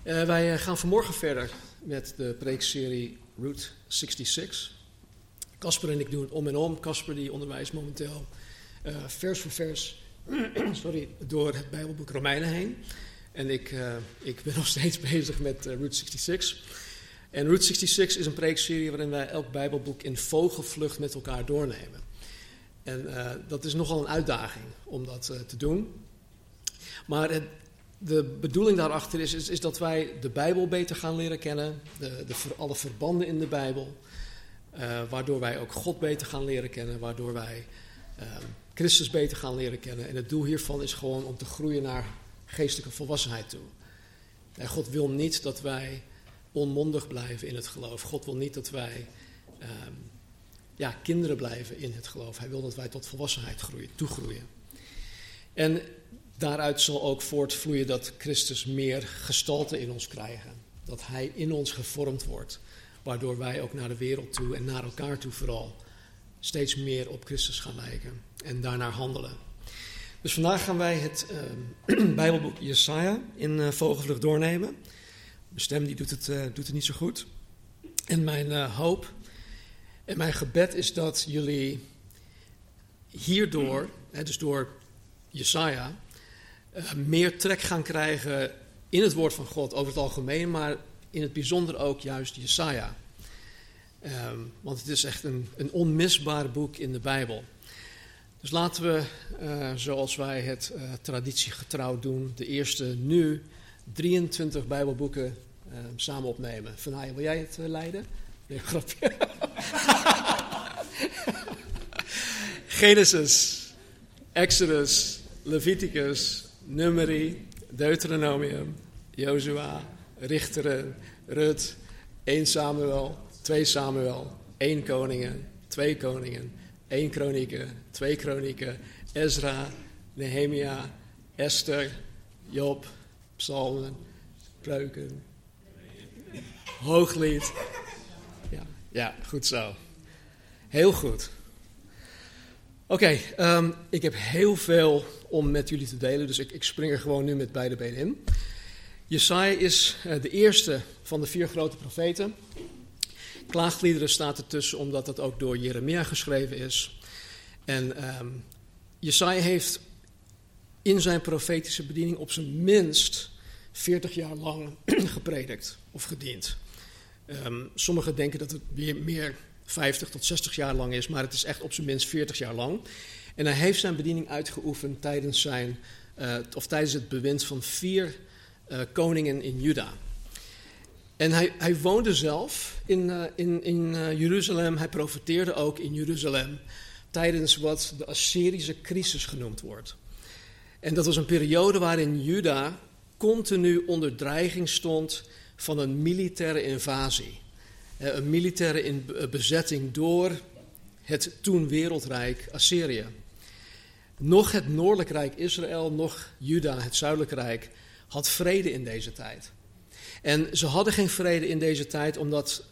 Wij gaan vanmorgen verder met de preekserie Route 66. Casper en ik doen het om en om. Casper die onderwijst momenteel vers voor vers door het Bijbelboek Romeinen heen. En ik ben nog steeds bezig met Route 66. En Route 66 is een preekserie waarin wij elk Bijbelboek in vogelvlucht met elkaar doornemen. En dat is nogal een uitdaging om dat te doen. Maar de bedoeling daarachter is dat wij de Bijbel beter gaan leren kennen, alle verbanden in de Bijbel, waardoor wij ook God beter gaan leren kennen, waardoor wij Christus beter gaan leren kennen. En het doel hiervan is gewoon om te groeien naar geestelijke volwassenheid toe. En God wil niet dat wij onmondig blijven in het geloof. God wil niet dat wij kinderen blijven in het geloof. Hij wil dat wij tot volwassenheid toegroeien. En daaruit zal ook voortvloeien dat Christus meer gestalte in ons krijgen. Dat hij in ons gevormd wordt. Waardoor wij ook naar de wereld toe en naar elkaar toe vooral steeds meer op Christus gaan lijken. En daarnaar handelen. Dus vandaag gaan wij het Bijbelboek Jesaja in vogelvlucht doornemen. Mijn stem die doet het niet zo goed. En mijn hoop en mijn gebed is dat jullie hierdoor, dus door Jesaja, meer trek gaan krijgen in het woord van God over het algemeen, maar in het bijzonder ook juist Jesaja. Want het is echt een onmisbaar boek in de Bijbel. Dus laten we, zoals wij het traditiegetrouw doen, de eerste nu 23 Bijbelboeken samen opnemen. Van Haaien, wil jij het leiden? Nee, grapje. Genesis, Exodus, Leviticus, Numeri, Deuteronomium, Jozua, Richteren, Rut, 1 Samuel, 2 Samuel, 1 Koningen, 2 Koningen, 1 Kronieken, 2 Kronieken, Ezra, Nehemia, Esther, Job, Psalmen, Preuken, Hooglied. Ja, goed zo. Heel goed. Oké, ik heb heel veel om met jullie te delen, dus ik spring er gewoon nu met beide benen in. Jesaja is de eerste van de 4 grote profeten. Klaagliederen staat ertussen, omdat dat ook door Jeremia geschreven is. En Jesaja heeft in zijn profetische bediening op zijn minst 40 jaar lang gepredikt of gediend. Sommigen denken dat het weer meer 50 tot 60 jaar lang is, maar het is echt op zijn minst 40 jaar lang. En hij heeft zijn bediening uitgeoefend tijdens het bewind van 4 koningen in Juda. En hij woonde zelf in Jeruzalem, hij profeteerde ook in Jeruzalem tijdens wat de Assyrische crisis genoemd wordt. En dat was een periode waarin Juda continu onder dreiging stond van een militaire invasie. Een militaire bezetting door het toen wereldrijk Assyrië. Nog het noordelijk rijk Israël, nog Juda, het zuidelijke rijk, had vrede in deze tijd. En ze hadden geen vrede in deze tijd omdat,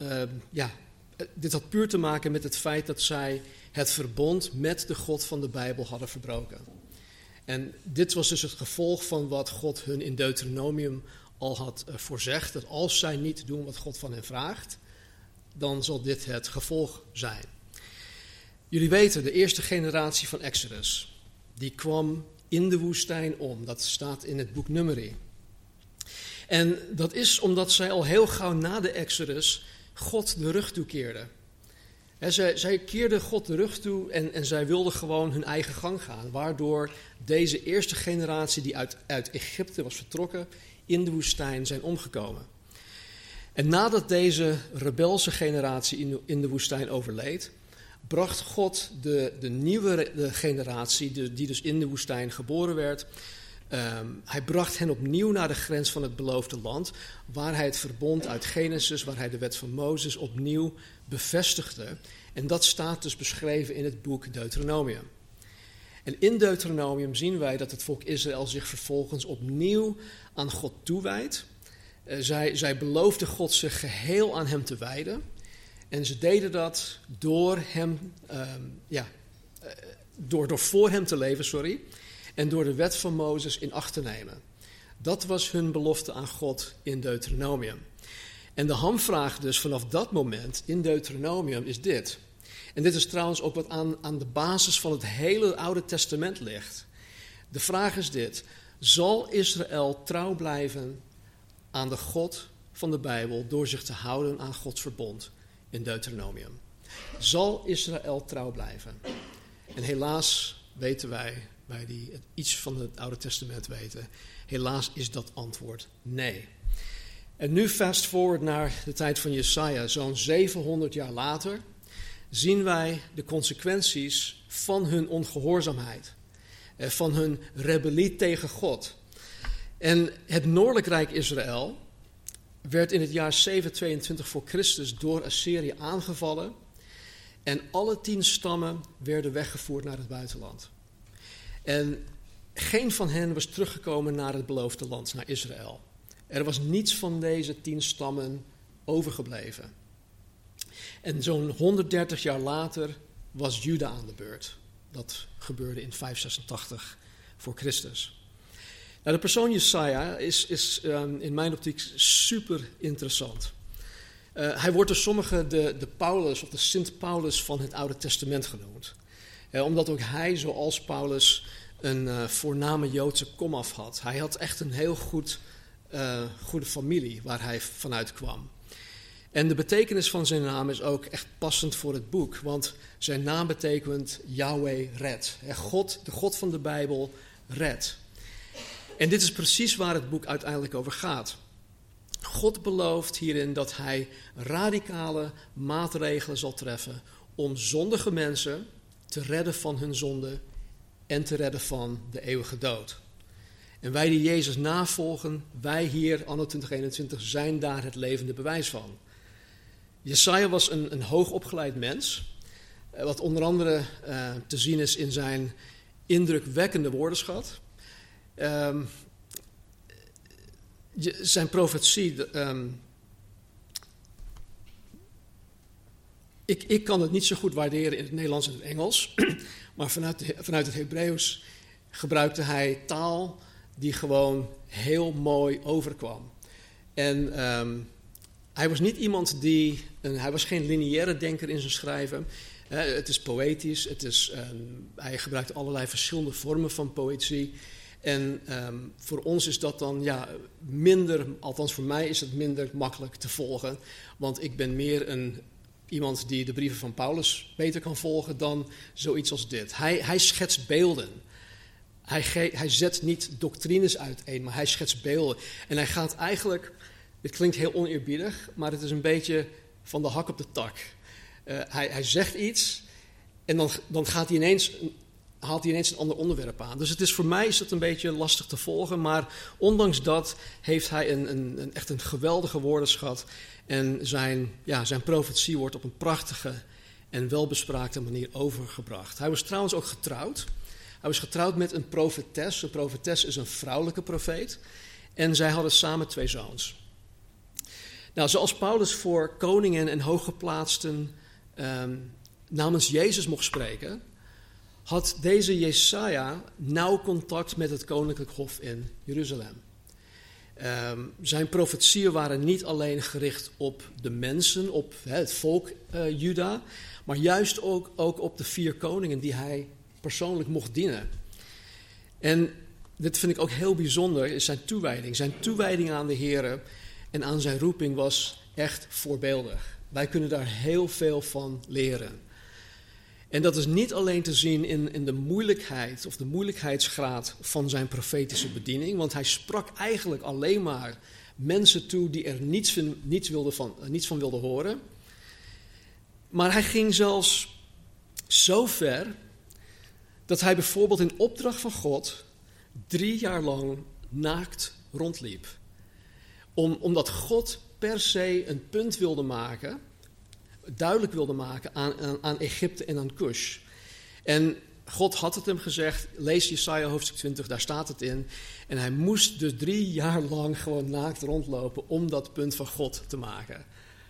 dit had puur te maken met het feit dat zij het verbond met de God van de Bijbel hadden verbroken. En dit was dus het gevolg van wat God hun in Deuteronomium al had voorzegd, dat als zij niet doen wat God van hen vraagt, dan zal dit het gevolg zijn. Jullie weten, de eerste generatie van Exodus, die kwam in de woestijn om. Dat staat in het boek Numeri. En dat is omdat zij al heel gauw na de Exodus God de rug toekeerden. Zij keerden God de rug toe en zij wilden gewoon hun eigen gang gaan. Waardoor deze eerste generatie die uit Egypte was vertrokken in de woestijn zijn omgekomen. En nadat deze rebelse generatie in de woestijn overleed, bracht God de nieuwe generatie, die dus in de woestijn geboren werd, hij bracht hen opnieuw naar de grens van het beloofde land, waar hij het verbond uit Genesis, waar hij de wet van Mozes opnieuw bevestigde. En dat staat dus beschreven in het boek Deuteronomium. En in Deuteronomium zien wij dat het volk Israël zich vervolgens opnieuw aan God toewijdt. Zij beloofden God zich geheel aan hem te wijden. En ze deden dat door voor hem te leven, en door de wet van Mozes in acht te nemen. Dat was hun belofte aan God in Deuteronomium. En de hamvraag dus vanaf dat moment in Deuteronomium is dit. En dit is trouwens ook wat aan de basis van het hele Oude Testament ligt. De vraag is dit: zal Israël trouw blijven aan de God van de Bijbel door zich te houden aan Gods verbond in Deuteronomium? Zal Israël trouw blijven? En helaas weten wij die iets van het Oude Testament weten, helaas is dat antwoord nee. En nu fast forward naar de tijd van Jesaja, zo'n 700 jaar later, zien wij de consequenties van hun ongehoorzaamheid, van hun rebellie tegen God. En het noordelijk rijk Israël werd in het jaar 722 voor Christus door Assyrië aangevallen en alle 10 stammen werden weggevoerd naar het buitenland. En geen van hen was teruggekomen naar het beloofde land, naar Israël. Er was niets van deze 10 stammen overgebleven. En zo'n 130 jaar later was Juda aan de beurt. Dat gebeurde in 586 voor Christus. Nou, de persoon Jesaja is in mijn optiek super interessant. Hij wordt door sommigen de Paulus of de Sint Paulus van het Oude Testament genoemd. Omdat ook hij, zoals Paulus, een voorname Joodse komaf had. Hij had echt een heel goede familie waar hij vanuit kwam. En de betekenis van zijn naam is ook echt passend voor het boek. Want zijn naam betekent Yahweh redt. De God van de Bijbel redt. En dit is precies waar het boek uiteindelijk over gaat. God belooft hierin dat hij radicale maatregelen zal treffen om zondige mensen te redden van hun zonde en te redden van de eeuwige dood. En wij die Jezus navolgen, wij hier anno 2021, zijn daar het levende bewijs van. Jesaja was een hoogopgeleid mens, wat onder andere te zien is in zijn indrukwekkende woordenschat. Zijn profetie, ik kan het niet zo goed waarderen in het Nederlands en het Engels, maar vanuit het Hebreeuws gebruikte hij taal die gewoon heel mooi overkwam. En hij was niet iemand hij was geen lineaire denker in zijn schrijven. Het is poëtisch, hij gebruikt allerlei verschillende vormen van poëzie. En voor ons is dat dan minder, althans voor mij is het minder makkelijk te volgen. Want ik ben meer iemand die de brieven van Paulus beter kan volgen dan zoiets als dit. Hij schetst beelden. Hij zet niet doctrines uiteen, maar hij schetst beelden. En hij gaat eigenlijk, dit klinkt heel oneerbiedig, maar het is een beetje van de hak op de tak. Hij zegt iets en dan haalt hij ineens een ander onderwerp aan. Dus voor mij is het een beetje lastig te volgen, maar ondanks dat heeft hij echt een geweldige woordenschat. En zijn profetie wordt op een prachtige en welbespraakte manier overgebracht. Hij was trouwens ook getrouwd. Hij was getrouwd met een profetes. Een profetes is een vrouwelijke profeet. En zij hadden samen 2 zoons. Nou, zoals Paulus voor koningen en hooggeplaatsten namens Jezus mocht spreken, had deze Jesaja nauw contact met het koninklijk hof in Jeruzalem. Zijn profetieën waren niet alleen gericht op de mensen, op het volk Juda, maar juist ook op de 4 koningen die hij persoonlijk mocht dienen. En dit vind ik ook heel bijzonder, is zijn toewijding. Zijn toewijding aan de Here en aan zijn roeping was echt voorbeeldig. Wij kunnen daar heel veel van leren. En dat is niet alleen te zien in de moeilijkheid of de moeilijkheidsgraad van zijn profetische bediening, want hij sprak eigenlijk alleen maar mensen toe die er niets van wilden horen. Maar hij ging zelfs zo ver dat hij bijvoorbeeld in opdracht van God 3 jaar lang naakt rondliep. Omdat God per se een punt wilde maken, duidelijk wilde maken aan Egypte en aan Cush. En God had het hem gezegd, lees Jesaja hoofdstuk 20, daar staat het in. En hij moest dus 3 jaar lang gewoon naakt rondlopen om dat punt van God te maken.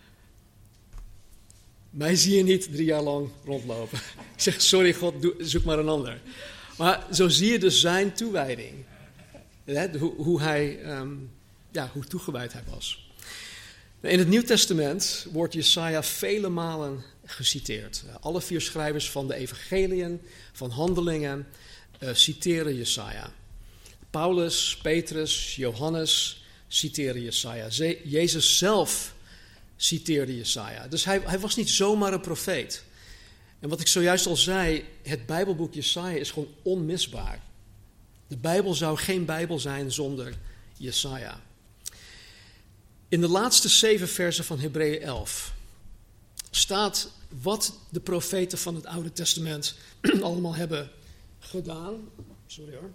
Mij zie je niet 3 jaar lang rondlopen. Ik zeg, sorry God, zoek maar een ander. Maar zo zie je dus zijn toewijding. Hoe toegewijd hij was. In het Nieuw Testament wordt Jesaja vele malen geciteerd. Alle 4 schrijvers van de evangeliën, van Handelingen, citeren Jesaja. Paulus, Petrus, Johannes citeren Jesaja. Jezus zelf citeerde Jesaja. Dus hij was niet zomaar een profeet. En wat ik zojuist al zei, het Bijbelboek Jesaja is gewoon onmisbaar. De Bijbel zou geen Bijbel zijn zonder Jesaja. In de laatste 7 versen van Hebreeën 11 staat wat de profeten van het Oude Testament allemaal hebben gedaan. Sorry hoor.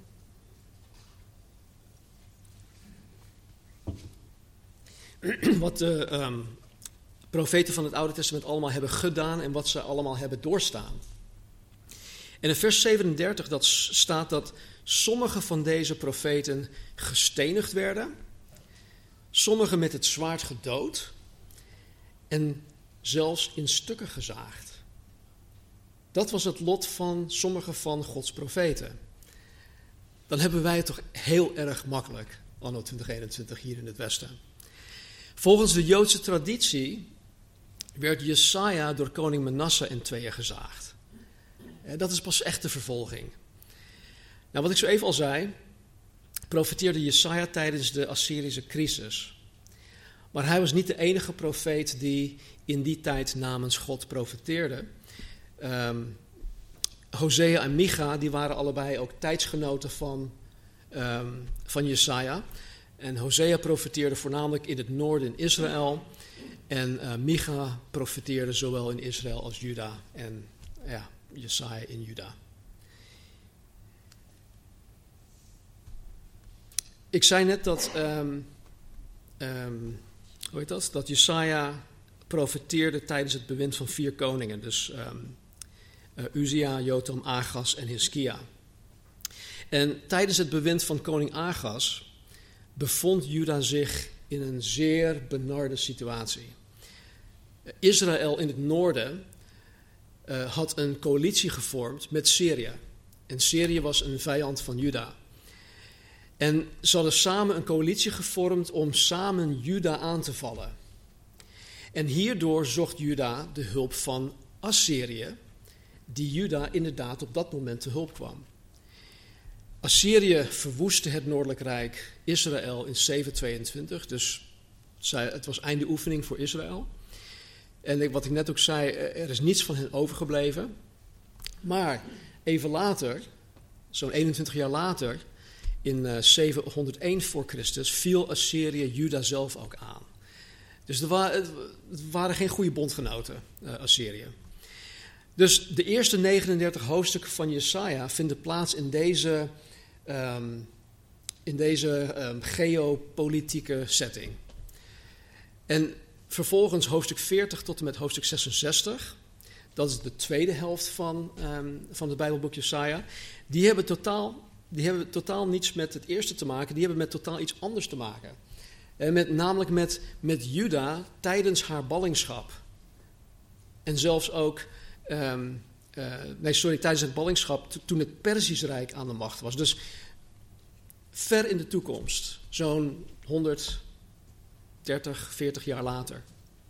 Wat de profeten van het Oude Testament allemaal hebben gedaan en wat ze allemaal hebben doorstaan. En in vers 37 staat dat sommige van deze profeten gestenigd werden, sommigen met het zwaard gedood en zelfs in stukken gezaagd. Dat was het lot van sommige van Gods profeten. Dan hebben wij het toch heel erg makkelijk, anno 2021 hier in het Westen. Volgens de Joodse traditie werd Jesaja door koning Manasse in tweeën gezaagd. Dat is pas echt de vervolging. Nou, wat ik zo even al zei, profeteerde Jesaja tijdens de Assyrische crisis. Maar hij was niet de enige profeet die in die tijd namens God profeteerde. Hosea en Micha, die waren allebei ook tijdsgenoten van Jesaja. En Hosea profeteerde voornamelijk in het noorden in Israël. En Micha profeteerde zowel in Israël als Juda. En Jesaja in Juda. Ik zei net dat Jesaja profeteerde tijdens het bewind van 4 koningen. Dus Uzia, Jotam, Agas en Hiskia. En tijdens het bewind van koning Agas bevond Juda zich in een zeer benarde situatie. Israël in het noorden had een coalitie gevormd met Syrië. En Syrië was een vijand van Juda. En ze hadden samen een coalitie gevormd om samen Juda aan te vallen. En hierdoor zocht Juda de hulp van Assyrië, die Juda inderdaad op dat moment te hulp kwam. Assyrië verwoestte het Noordelijk Rijk Israël in 722, dus het was einde oefening voor Israël. En wat ik net ook zei, er is niets van hen overgebleven. Maar even later, zo'n 21 jaar later, in 701 voor Christus, viel Assyrië Juda zelf ook aan. Dus het waren geen goede bondgenoten, Assyrië. Dus de eerste 39 hoofdstukken van Jesaja vinden plaats in deze geopolitieke setting. En vervolgens hoofdstuk 40 tot en met hoofdstuk 66, dat is de tweede helft van het Bijbelboek Jesaja, die hebben totaal niets met het eerste te maken, die hebben met totaal iets anders te maken. Namelijk met Juda tijdens haar ballingschap. En zelfs ook, tijdens het ballingschap toen het Perzisch Rijk aan de macht was. Dus ver in de toekomst, zo'n 130, 40 jaar later.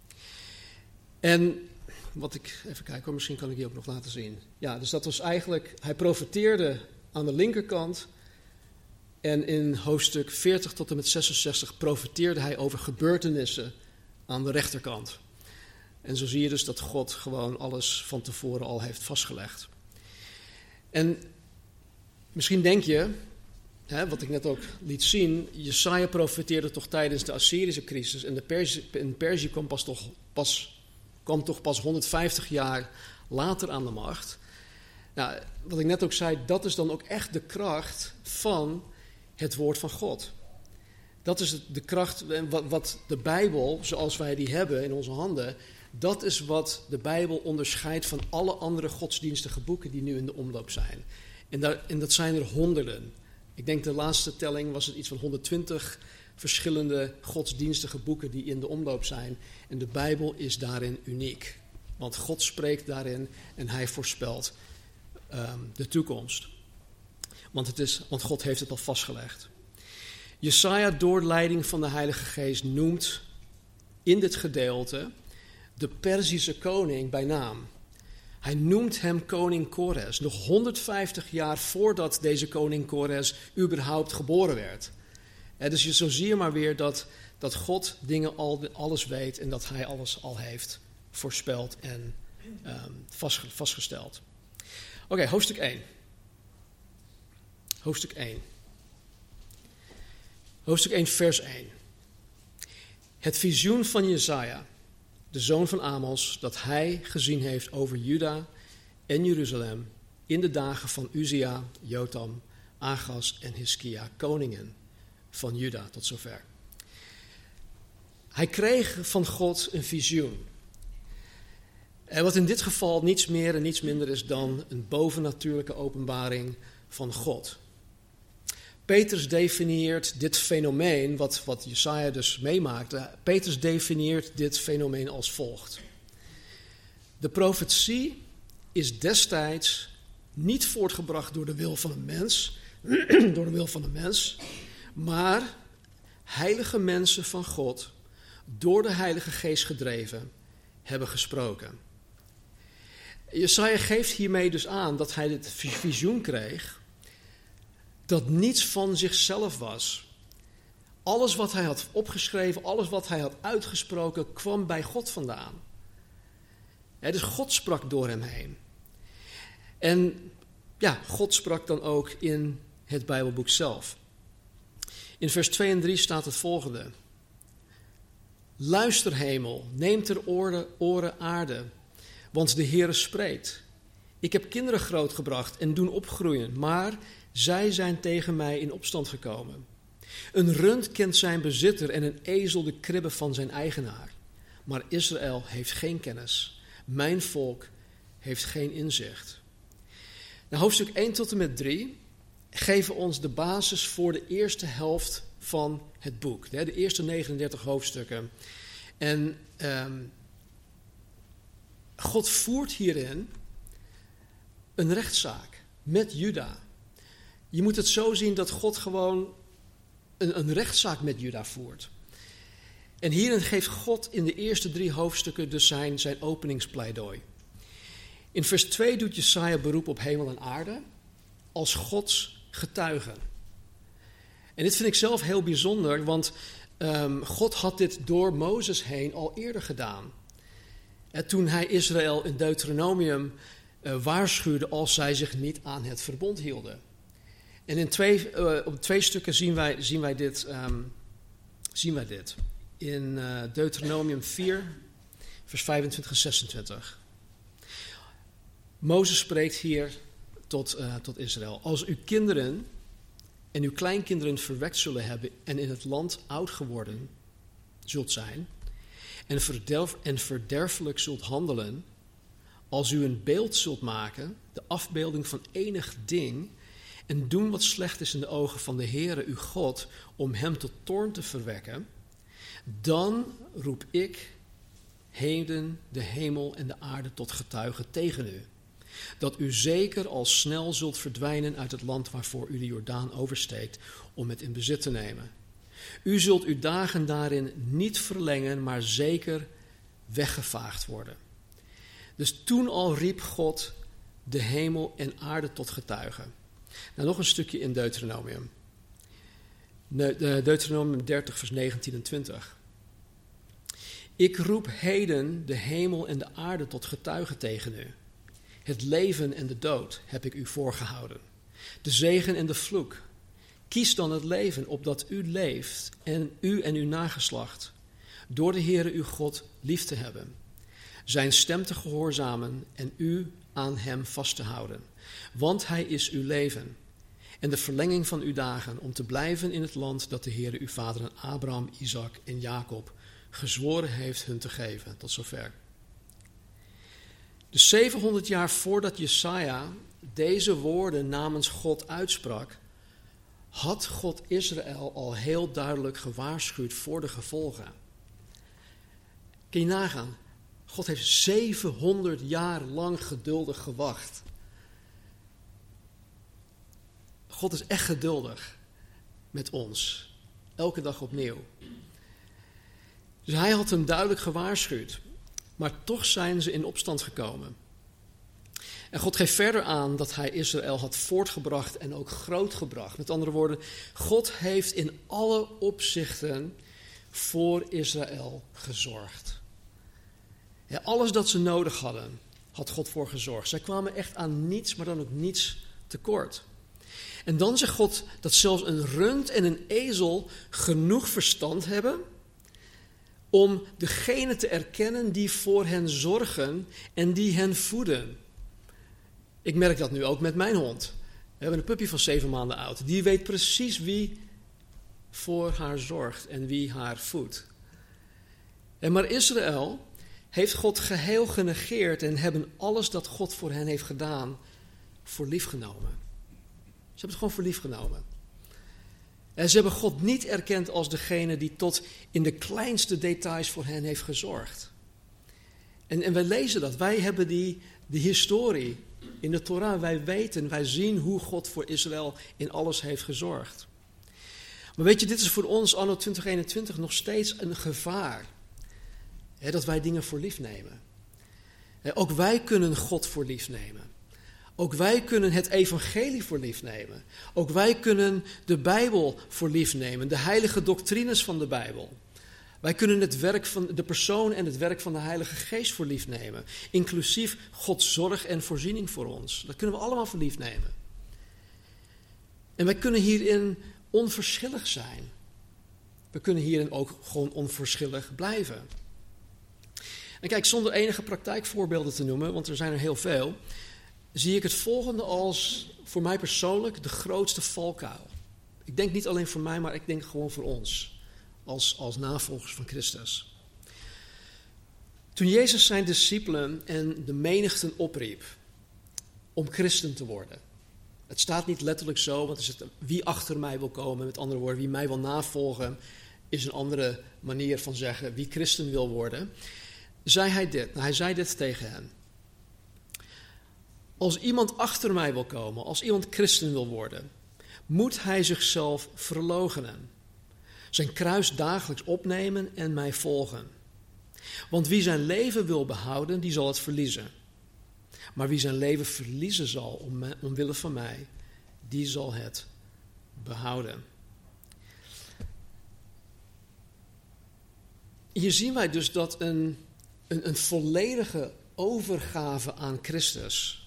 En even kijken hoor, misschien kan ik die ook nog laten zien. Ja, dus dat was eigenlijk, hij profeteerde aan de linkerkant. En in hoofdstuk 40 tot en met 66 profeteerde hij over gebeurtenissen aan de rechterkant. En zo zie je dus dat God gewoon alles van tevoren al heeft vastgelegd. En misschien denk je, wat ik net ook liet zien, Jesaja profeteerde toch tijdens de Assyrische crisis en Perzië kwam toch pas 150 jaar later aan de macht. Nou, wat ik net ook zei, dat is dan ook echt de kracht van het woord van God. Dat is de kracht, wat de Bijbel, zoals wij die hebben in onze handen, dat is wat de Bijbel onderscheidt van alle andere godsdienstige boeken die nu in de omloop zijn. En dat zijn er honderden. Ik denk de laatste telling was het iets van 120 verschillende godsdienstige boeken die in de omloop zijn. En de Bijbel is daarin uniek. Want God spreekt daarin en hij voorspelt de toekomst. Want God heeft het al vastgelegd. Jesaja, door leiding van de Heilige Geest, noemt in dit gedeelte de Perzische koning bij naam. Hij noemt hem koning Kores, nog 150 jaar voordat deze koning Kores überhaupt geboren werd. Dus zo zie je maar weer dat God dingen alles weet en dat hij alles al heeft voorspeld en vastgesteld. Oké, hoofdstuk 1. Hoofdstuk 1. Hoofdstuk 1, vers 1. Het visioen van Jesaja, de zoon van Amos, dat hij gezien heeft over Juda en Jeruzalem in de dagen van Uzia, Jotam, Agas en Hiskia, koningen van Juda, tot zover. Hij kreeg van God een visioen. En wat in dit geval niets meer en niets minder is dan een bovennatuurlijke openbaring van God. Petrus definieert dit fenomeen, wat Jesaja dus meemaakte, Petrus definieert dit fenomeen als volgt. De profetie is destijds niet voortgebracht door de wil van een mens, maar heilige mensen van God, door de Heilige Geest gedreven, hebben gesproken. Jesaja geeft hiermee dus aan dat hij dit visioen kreeg, dat niets van zichzelf was. Alles wat hij had opgeschreven, alles wat hij had uitgesproken, kwam bij God vandaan. Dus God sprak door hem heen. En ja, God sprak dan ook in het Bijbelboek zelf. In vers 2 en 3 staat het volgende. Luister hemel, neem ter oren aarde, want de Heere spreekt. Ik heb kinderen grootgebracht en doen opgroeien, maar zij zijn tegen mij in opstand gekomen. Een rund kent zijn bezitter en een ezel de kribbe van zijn eigenaar. Maar Israël heeft geen kennis. Mijn volk heeft geen inzicht. Nou, hoofdstuk 1 tot en met 3 geven ons de basis voor de eerste helft van het boek. De eerste 39 hoofdstukken. En God voert hierin een rechtszaak met Juda. Je moet het zo zien dat God gewoon een rechtszaak met Juda voert. En hierin geeft God in de eerste 3 hoofdstukken dus zijn openingspleidooi. In vers 2 doet Jesaja beroep op hemel en aarde als Gods getuigen. En dit vind ik zelf heel bijzonder, want God had dit door Mozes heen al eerder gedaan. Toen hij Israël in Deuteronomium waarschuwde als zij zich niet aan het verbond hielden. En op 2 stukken zien wij dit. In Deuteronomium 4, vers 25 en 26. Mozes spreekt hier tot Israël. Als uw kinderen en uw kleinkinderen verwekt zullen hebben en in het land oud geworden zult zijn en verderfelijk zult handelen, als u een beeld zult maken, de afbeelding van enig ding, en doen wat slecht is in de ogen van de Heere uw God, om hem tot toorn te verwekken, dan roep ik heden de hemel en de aarde tot getuigen tegen u, dat u zeker al snel zult verdwijnen uit het land waarvoor u de Jordaan oversteekt om het in bezit te nemen. U zult uw dagen daarin niet verlengen, maar zeker weggevaagd worden. Dus toen al riep God de hemel en aarde tot getuigen. Nou, nog een stukje in Deuteronomium. Deuteronomium 30, vers 19 en 20. Ik roep heden de hemel en de aarde tot getuigen tegen u. Het leven en de dood heb ik u voorgehouden. De zegen en de vloek. Kies dan het leven, opdat u leeft en u en uw nageslacht, door de Heere uw God lief te hebben, zijn stem te gehoorzamen en u aan hem vast te houden. Want hij is uw leven en de verlenging van uw dagen, om te blijven in het land dat de Heere uw vaderen Abraham, Isaac en Jacob gezworen heeft hun te geven. Tot zover. Dus 700 jaar voordat Jesaja deze woorden namens God uitsprak, had God Israël al heel duidelijk gewaarschuwd voor de gevolgen. Kun je nagaan? God heeft 700 jaar lang geduldig gewacht. God is echt geduldig met ons. Elke dag opnieuw. Dus hij had hem duidelijk gewaarschuwd. Maar toch zijn ze in opstand gekomen. En God geeft verder aan dat hij Israël had voortgebracht en ook grootgebracht. Met andere woorden, God heeft in alle opzichten voor Israël gezorgd. Ja, alles dat ze nodig hadden, had God voor gezorgd. Zij kwamen echt aan niets, maar dan ook niets tekort. En dan zegt God dat zelfs een rund en een ezel genoeg verstand hebben om degene te erkennen die voor hen zorgen en die hen voeden. Ik merk dat nu ook met mijn hond. We hebben een puppy van 7 maanden oud. Die weet precies wie voor haar zorgt en wie haar voedt. Maar Israël heeft God geheel genegeerd en hebben alles dat God voor hen heeft gedaan voor lief genomen. Ze hebben het gewoon voor lief genomen. En ze hebben God niet erkend als degene die tot in de kleinste details voor hen heeft gezorgd. En wij lezen dat. Wij hebben die historie in de Torah. Wij weten, wij zien hoe God voor Israël in alles heeft gezorgd. Maar weet je, dit is voor ons anno 2021 nog steeds een gevaar. Dat wij dingen voor lief nemen. Ook wij kunnen God voor lief nemen. Ook wij kunnen het evangelie voor lief nemen. Ook wij kunnen de Bijbel voor lief nemen. De heilige doctrines van de Bijbel. Wij kunnen het werk van de persoon en het werk van de Heilige Geest voor lief nemen. Inclusief Gods zorg en voorziening voor ons. Dat kunnen we allemaal voor lief nemen. En wij kunnen hierin onverschillig zijn. We kunnen hierin ook gewoon onverschillig blijven. En kijk, zonder enige praktijkvoorbeelden te noemen, want er zijn er heel veel, zie ik het volgende als voor mij persoonlijk de grootste valkuil. Ik denk niet alleen voor mij, maar ik denk gewoon voor ons, als navolgers van Christus. Toen Jezus zijn discipelen en de menigten opriep om christen te worden. Het staat niet letterlijk zo, want er zit wie achter mij wil komen, met andere woorden, wie mij wil navolgen, is een andere manier van zeggen wie christen wil worden. Zei hij dit. Hij zei dit tegen hen. Als iemand achter mij wil komen, als iemand christen wil worden, moet hij zichzelf verloochenen. Zijn kruis dagelijks opnemen en mij volgen. Want wie zijn leven wil behouden, die zal het verliezen. Maar wie zijn leven verliezen zal omwille van mij, die zal het behouden. Hier zien wij dus dat een volledige overgave aan Christus,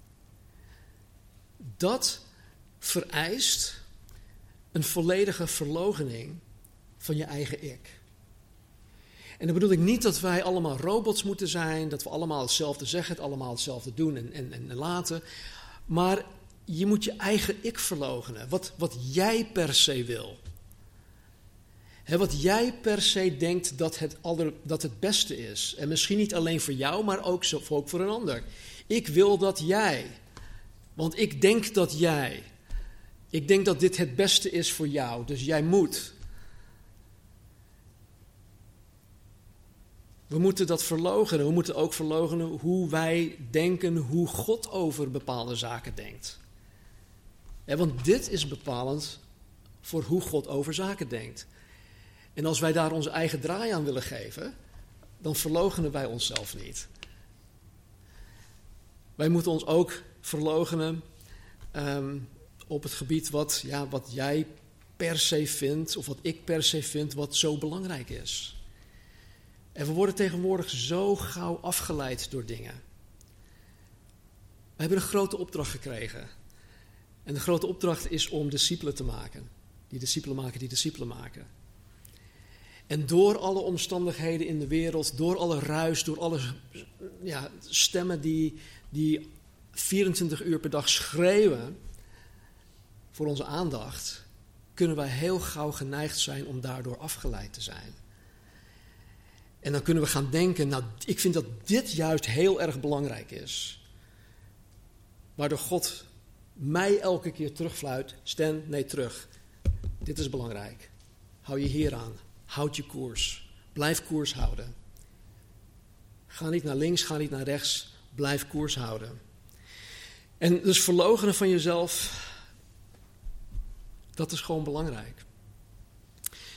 dat vereist een volledige verloochening van je eigen ik. En dan bedoel ik niet dat wij allemaal robots moeten zijn, dat we allemaal hetzelfde zeggen, het allemaal hetzelfde doen en laten. Maar je moet je eigen ik verloochenen, wat jij per se wil. Wat jij per se denkt dat het beste is. En misschien niet alleen voor jou, maar ook voor een ander. Ik wil dat jij. Want ik denk dat jij. Ik denk dat dit het beste is voor jou. Dus jij moet. We moeten dat verloochenen. We moeten ook verloochenen hoe wij denken, hoe God over bepaalde zaken denkt. Want dit is bepalend voor hoe God over zaken denkt. En als wij daar onze eigen draai aan willen geven, dan verloochenen wij onszelf niet. Wij moeten ons ook verloochenen op het gebied wat jij per se vindt, of wat ik per se vind, wat zo belangrijk is. En we worden tegenwoordig zo gauw afgeleid door dingen. We hebben een grote opdracht gekregen. En de grote opdracht is om discipelen te maken. Die discipelen maken. En door alle omstandigheden in de wereld, door alle ruis, door alle stemmen die 24 uur per dag schreeuwen voor onze aandacht, kunnen wij heel gauw geneigd zijn om daardoor afgeleid te zijn. En dan kunnen we gaan denken, ik vind dat dit juist heel erg belangrijk is. Waardoor God mij elke keer terugfluit, Stan, nee terug. Dit is belangrijk. Hou je hier aan. Houd je koers. Blijf koers houden. Ga niet naar links, ga niet naar rechts. Blijf koers houden. En dus verloochenen van jezelf, dat is gewoon belangrijk.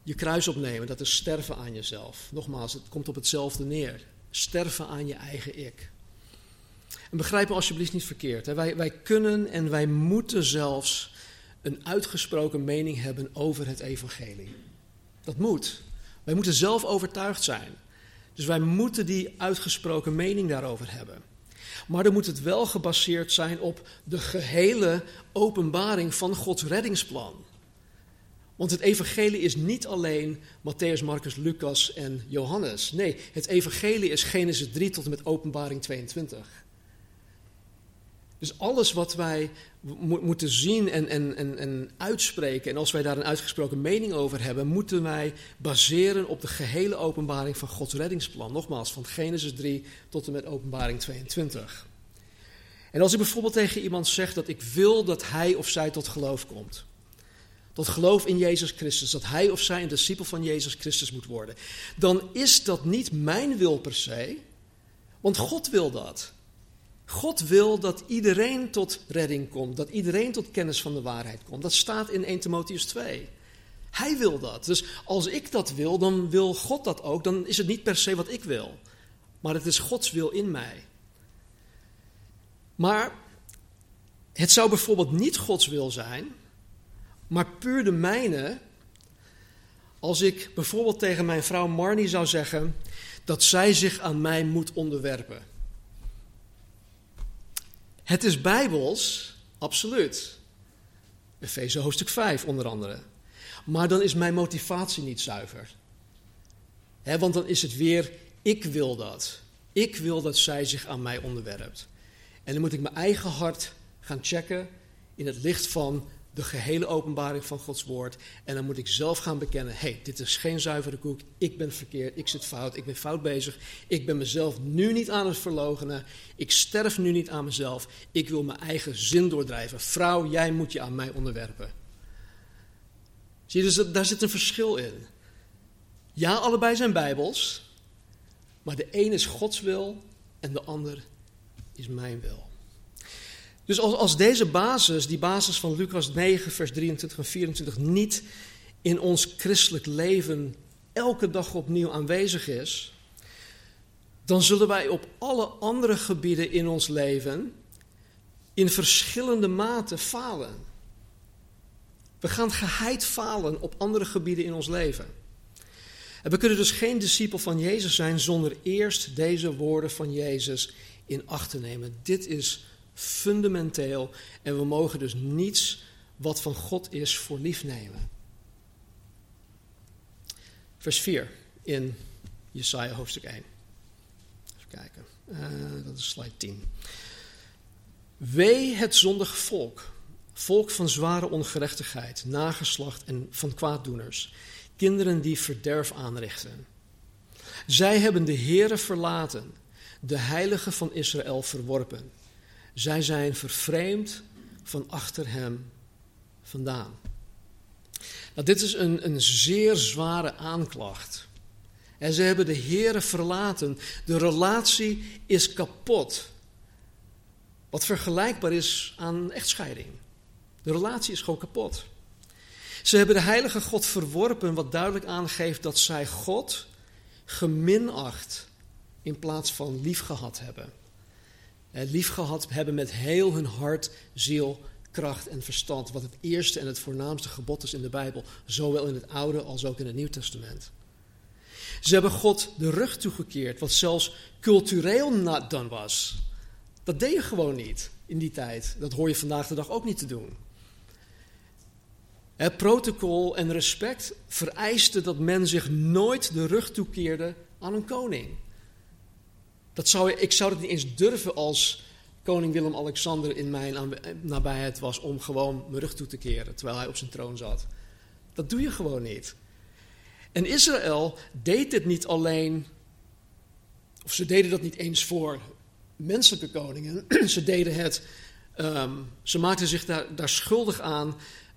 je kruis opnemen, dat is sterven aan jezelf. Nogmaals, het komt op hetzelfde neer. Sterven aan je eigen ik. En begrijp me alsjeblieft niet verkeerd. Hè. Wij kunnen en wij moeten zelfs een uitgesproken mening hebben over het evangelie. Dat moet. Wij moeten zelf overtuigd zijn. Dus wij moeten die uitgesproken mening daarover hebben. Maar dan moet het wel gebaseerd zijn op de gehele openbaring van Gods reddingsplan. Want het evangelie is niet alleen Mattheüs, Marcus, Lucas en Johannes. Nee, het evangelie is Genesis 3 tot en met Openbaring 22. Dus alles wat wij moeten zien en uitspreken, en als wij daar een uitgesproken mening over hebben, moeten wij baseren op de gehele openbaring van Gods reddingsplan. Nogmaals, van Genesis 3 tot en met Openbaring 22. En als ik bijvoorbeeld tegen iemand zeg dat ik wil dat hij of zij tot geloof komt, tot geloof in Jezus Christus, dat hij of zij een discipel van Jezus Christus moet worden, dan is dat niet mijn wil per se, want God wil dat. God wil dat iedereen tot redding komt, dat iedereen tot kennis van de waarheid komt. Dat staat in 1 Timotheüs 2. Hij wil dat. Dus als ik dat wil, dan wil God dat ook. Dan is het niet per se wat ik wil, maar het is Gods wil in mij. Maar het zou bijvoorbeeld niet Gods wil zijn, maar puur de mijne, als ik bijvoorbeeld tegen mijn vrouw Marnie zou zeggen dat zij zich aan mij moet onderwerpen. Het is bijbels, absoluut. Efeze hoofdstuk 5 onder andere. Maar dan is mijn motivatie niet zuiver. Want dan is het weer, ik wil dat. Ik wil dat zij zich aan mij onderwerpt. En dan moet ik mijn eigen hart gaan checken in het licht van de gehele openbaring van Gods woord. En dan moet ik zelf gaan bekennen, dit is geen zuivere koek. Ik ben verkeerd, ik zit fout, ik ben fout bezig. Ik ben mezelf nu niet aan het verloochenen. Ik sterf nu niet aan mezelf. Ik wil mijn eigen zin doordrijven. Vrouw, jij moet je aan mij onderwerpen. Zie je, dus daar zit een verschil in. Ja, allebei zijn bijbels. Maar de een is Gods wil en de ander is mijn wil. Dus als deze basis, die basis van Lucas 9, vers 23 en 24, niet in ons christelijk leven elke dag opnieuw aanwezig is, dan zullen wij op alle andere gebieden in ons leven in verschillende mate falen. We gaan geheid falen op andere gebieden in ons leven. En we kunnen dus geen discipel van Jezus zijn zonder eerst deze woorden van Jezus in acht te nemen. Dit is fundamenteel en we mogen dus niets wat van God is voor lief nemen. Vers 4 in Jesaja hoofdstuk 1. Even kijken, dat is slide 10. Wee het zondige volk, volk van zware ongerechtigheid, nageslacht en van kwaaddoeners, kinderen die verderf aanrichten. Zij hebben de Heere verlaten, de Heilige van Israël verworpen. Zij zijn vervreemd van achter hem vandaan. Nou, dit is een zeer zware aanklacht. En ze hebben de Heere verlaten. De relatie is kapot. Wat vergelijkbaar is aan echtscheiding. De relatie is gewoon kapot. Ze hebben de heilige God verworpen, wat duidelijk aangeeft dat zij God geminacht in plaats van liefgehad hebben. Liefgehad hebben met heel hun hart, ziel, kracht en verstand. Wat het eerste en het voornaamste gebod is in de Bijbel. Zowel in het Oude als ook in het Nieuw Testament. Ze hebben God de rug toegekeerd. Wat zelfs cultureel not done was. Dat deed je gewoon niet in die tijd. Dat hoor je vandaag de dag ook niet te doen. Het protocol en respect vereiste dat men zich nooit de rug toekeerde aan een koning. Ik zou het niet eens durven als koning Willem-Alexander in mijn nabijheid was om gewoon mijn rug toe te keren terwijl hij op zijn troon zat. Dat doe je gewoon niet. En Israël deed dit niet alleen, of ze deden dat niet eens voor menselijke koningen. Ze deden het, ze maakten zich daar schuldig aan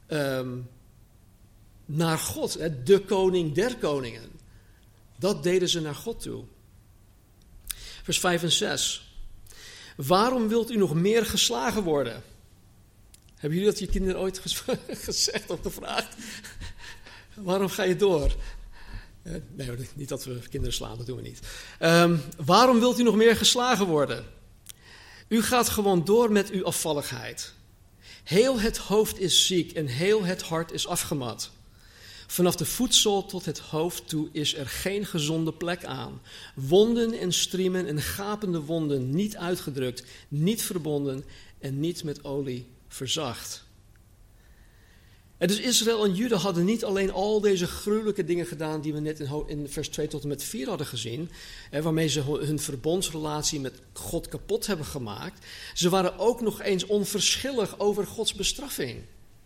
naar God, de koning der koningen. Dat deden ze naar God toe. Vers 5 en 6. Waarom wilt u nog meer geslagen worden? Hebben jullie dat je kinderen ooit gezegd of gevraagd? Waarom ga je door? Nee, niet dat we kinderen slaan, dat doen we niet. Waarom wilt u nog meer geslagen worden? U gaat gewoon door met uw afvalligheid. Heel het hoofd is ziek en heel het hart is afgemat. Vanaf de voetzool tot het hoofd toe is er geen gezonde plek aan. Wonden en striemen en gapende wonden, niet uitgedrukt, niet verbonden en niet met olie verzacht. En dus Israël en Juda hadden niet alleen al deze gruwelijke dingen gedaan die we net in vers 2 tot en met 4 hadden gezien, waarmee ze hun verbondsrelatie met God kapot hebben gemaakt. Ze waren ook nog eens onverschillig over Gods bestraffing.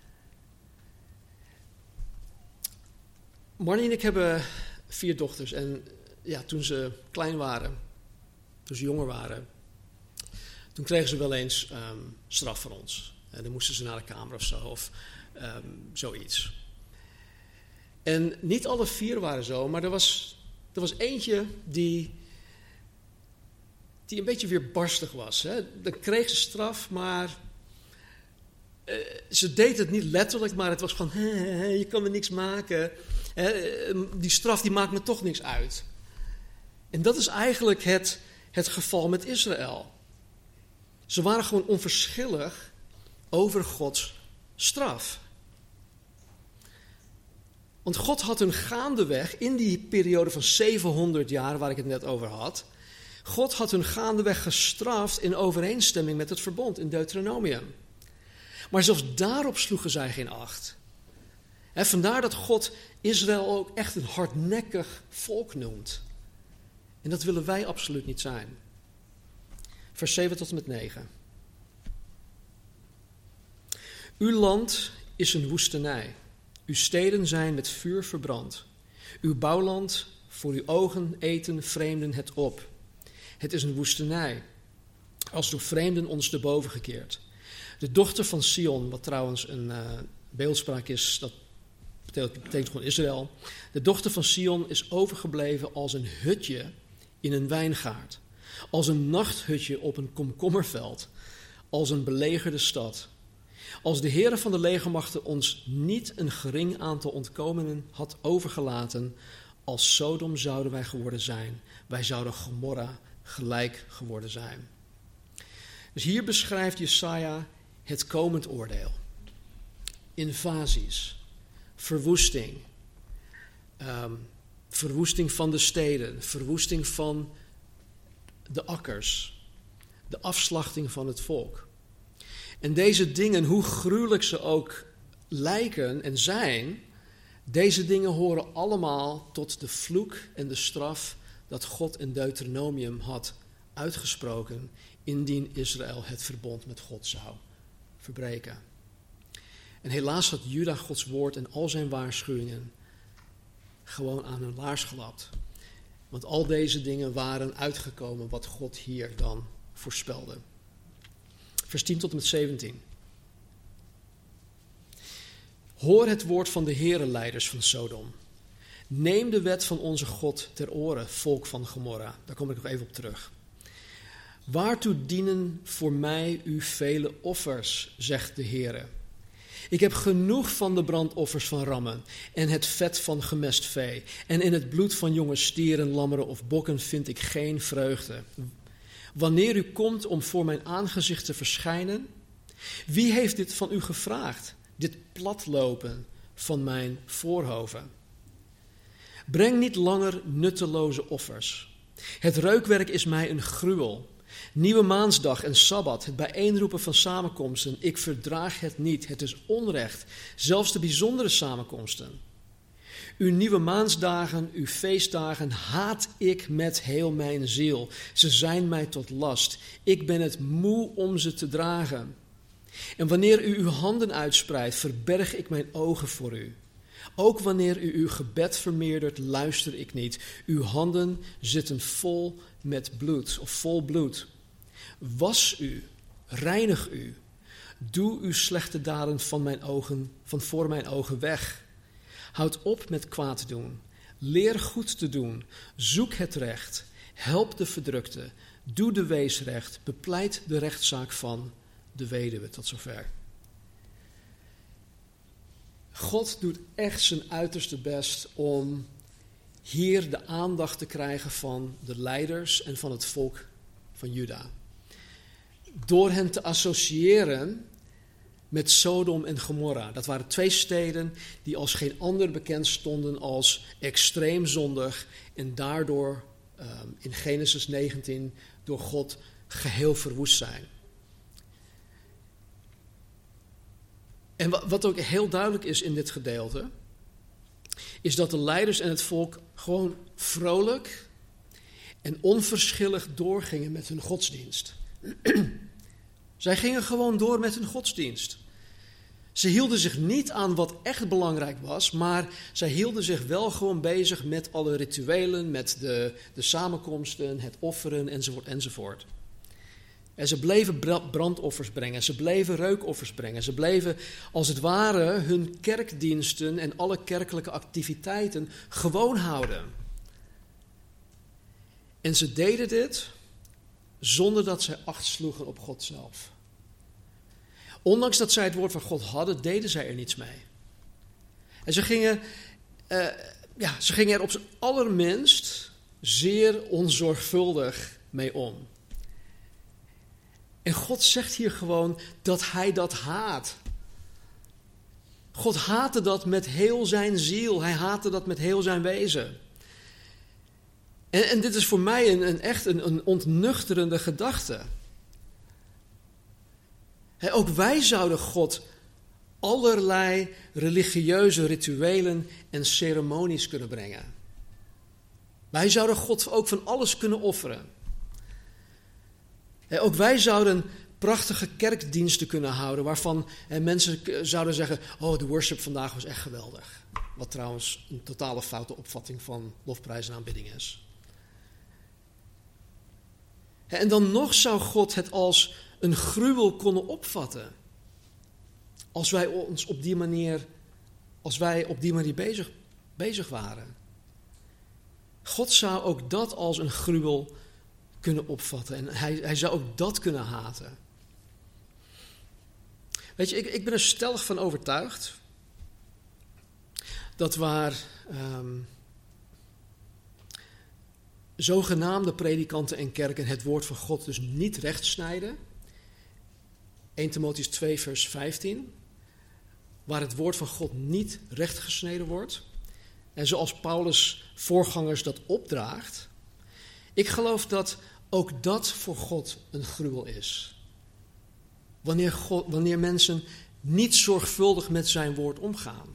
Marnie en ik hebben 4 dochters en ja, toen ze klein waren, toen ze jonger waren, toen kregen ze wel eens straf van ons. Dan moesten ze naar de kamer of zo, of zoiets. En niet alle 4 waren zo, maar er was eentje die een beetje weerbarstig was. Hè. Dan kreeg ze straf, maar ze deed het niet letterlijk, maar het was van, je kan me niks maken. Die straf die maakt me toch niks uit. En dat is eigenlijk het geval met Israël. Ze waren gewoon onverschillig over Gods straf. Want God had hun gaandeweg, in die periode van 700 jaar waar ik het net over had, God had hun gaandeweg gestraft in overeenstemming met het verbond in Deuteronomium. Maar zelfs daarop sloegen zij geen acht. Vandaar dat God Israël ook echt een hardnekkig volk noemt. En dat willen wij absoluut niet zijn. Vers 7 tot en met 9. Uw land is een woestenij. Uw steden zijn met vuur verbrand. Uw bouwland, voor uw ogen eten vreemden het op. Het is een woestenij, als door vreemden ons te boven gekeerd. De dochter van Sion, wat trouwens een beeldspraak is, dat betekent gewoon Israël. De dochter van Sion is overgebleven als een hutje in een wijngaard. Als een nachthutje op een komkommerveld. Als een belegerde stad. Als de Heere van de legermachten ons niet een gering aantal ontkomenen had overgelaten, als Sodom zouden wij geworden zijn. Wij zouden Gomorra gelijk geworden zijn. Dus hier beschrijft Jesaja het komend oordeel. Invasies, verwoesting, verwoesting van de steden, verwoesting van de akkers, de afslachting van het volk. En deze dingen, hoe gruwelijk ze ook lijken en zijn, deze dingen horen allemaal tot de vloek en de straf dat God in Deuteronomium had uitgesproken, indien Israël het verbond met God zou verbreken. En helaas had Juda Gods woord en al zijn waarschuwingen gewoon aan hun laars gelapt. Want al deze dingen waren uitgekomen wat God hier dan voorspelde. Vers 10 tot en met 17. Hoor het woord van de Heere, leiders van Sodom. Neem de wet van onze God ter oren, volk van Gomorra. Daar kom ik nog even op terug. Waartoe dienen voor mij uw vele offers, zegt de Heere. Ik heb genoeg van de brandoffers van rammen en het vet van gemest vee. En in het bloed van jonge stieren, lammeren of bokken vind ik geen vreugde. Wanneer u komt om voor mijn aangezicht te verschijnen, wie heeft dit van u gevraagd? Dit platlopen van mijn voorhoven. Breng niet langer nutteloze offers. Het reukwerk is mij een gruwel. Nieuwe maansdag en sabbat, het bijeenroepen van samenkomsten, ik verdraag het niet. Het is onrecht, zelfs de bijzondere samenkomsten. Uw nieuwe maansdagen, uw feestdagen haat ik met heel mijn ziel. Ze zijn mij tot last. Ik ben het moe om ze te dragen. En wanneer u uw handen uitspreidt, verberg ik mijn ogen voor u. Ook wanneer u uw gebed vermeerdert, luister ik niet. Uw handen zitten vol met bloed, of vol bloed. Was u, reinig u. Doe uw slechte daden van voor mijn ogen weg. Houd op met kwaad te doen. Leer goed te doen. Zoek het recht. Help de verdrukte. Doe de wees recht. Bepleit de rechtszaak van de weduwe. Tot zover. God doet echt zijn uiterste best om hier de aandacht te krijgen van de leiders en van het volk van Juda. Door hen te associëren met Sodom en Gomorra. Dat waren 2 steden die als geen ander bekend stonden als extreem zondig en daardoor in Genesis 19 door God geheel verwoest zijn. En wat ook heel duidelijk is in dit gedeelte, is dat de leiders en het volk gewoon vrolijk en onverschillig doorgingen met hun godsdienst. Zij gingen gewoon door met hun godsdienst. Ze hielden zich niet aan wat echt belangrijk was, maar zij hielden zich wel gewoon bezig met alle rituelen, met de samenkomsten, het offeren enzovoort enzovoort. En ze bleven brandoffers brengen, ze bleven reukoffers brengen, ze bleven als het ware hun kerkdiensten en alle kerkelijke activiteiten gewoon houden. En ze deden dit zonder dat zij acht sloegen op God zelf. Ondanks dat zij het woord van God hadden, deden zij er niets mee. En ze gingen er op zijn allerminst zeer onzorgvuldig mee om. En God zegt hier gewoon dat hij dat haat. God haatte dat met heel zijn ziel. Hij haatte dat met heel zijn wezen. En dit is voor mij een ontnuchterende gedachte. Ook wij zouden God allerlei religieuze rituelen en ceremonies kunnen brengen. Wij zouden God ook van alles kunnen offeren. Ook wij zouden prachtige kerkdiensten kunnen houden waarvan mensen zouden zeggen, oh, de worship vandaag was echt geweldig. Wat trouwens een totale foute opvatting van lofprijs en aanbidding is. En dan nog zou God het als een gruwel kunnen opvatten. Als wij op die manier bezig waren. God zou ook dat als een gruwel kunnen opvatten. En hij zou ook dat kunnen haten. Weet je, ik ben er stellig van overtuigd dat waar zogenaamde predikanten en kerken het woord van God dus niet recht snijden. 1 Timotheüs 2 vers 15. Waar het woord van God niet recht gesneden wordt. En zoals Paulus' voorgangers dat opdraagt. Ik geloof dat ook dat voor God een gruwel is. Wanneer mensen niet zorgvuldig met zijn woord omgaan.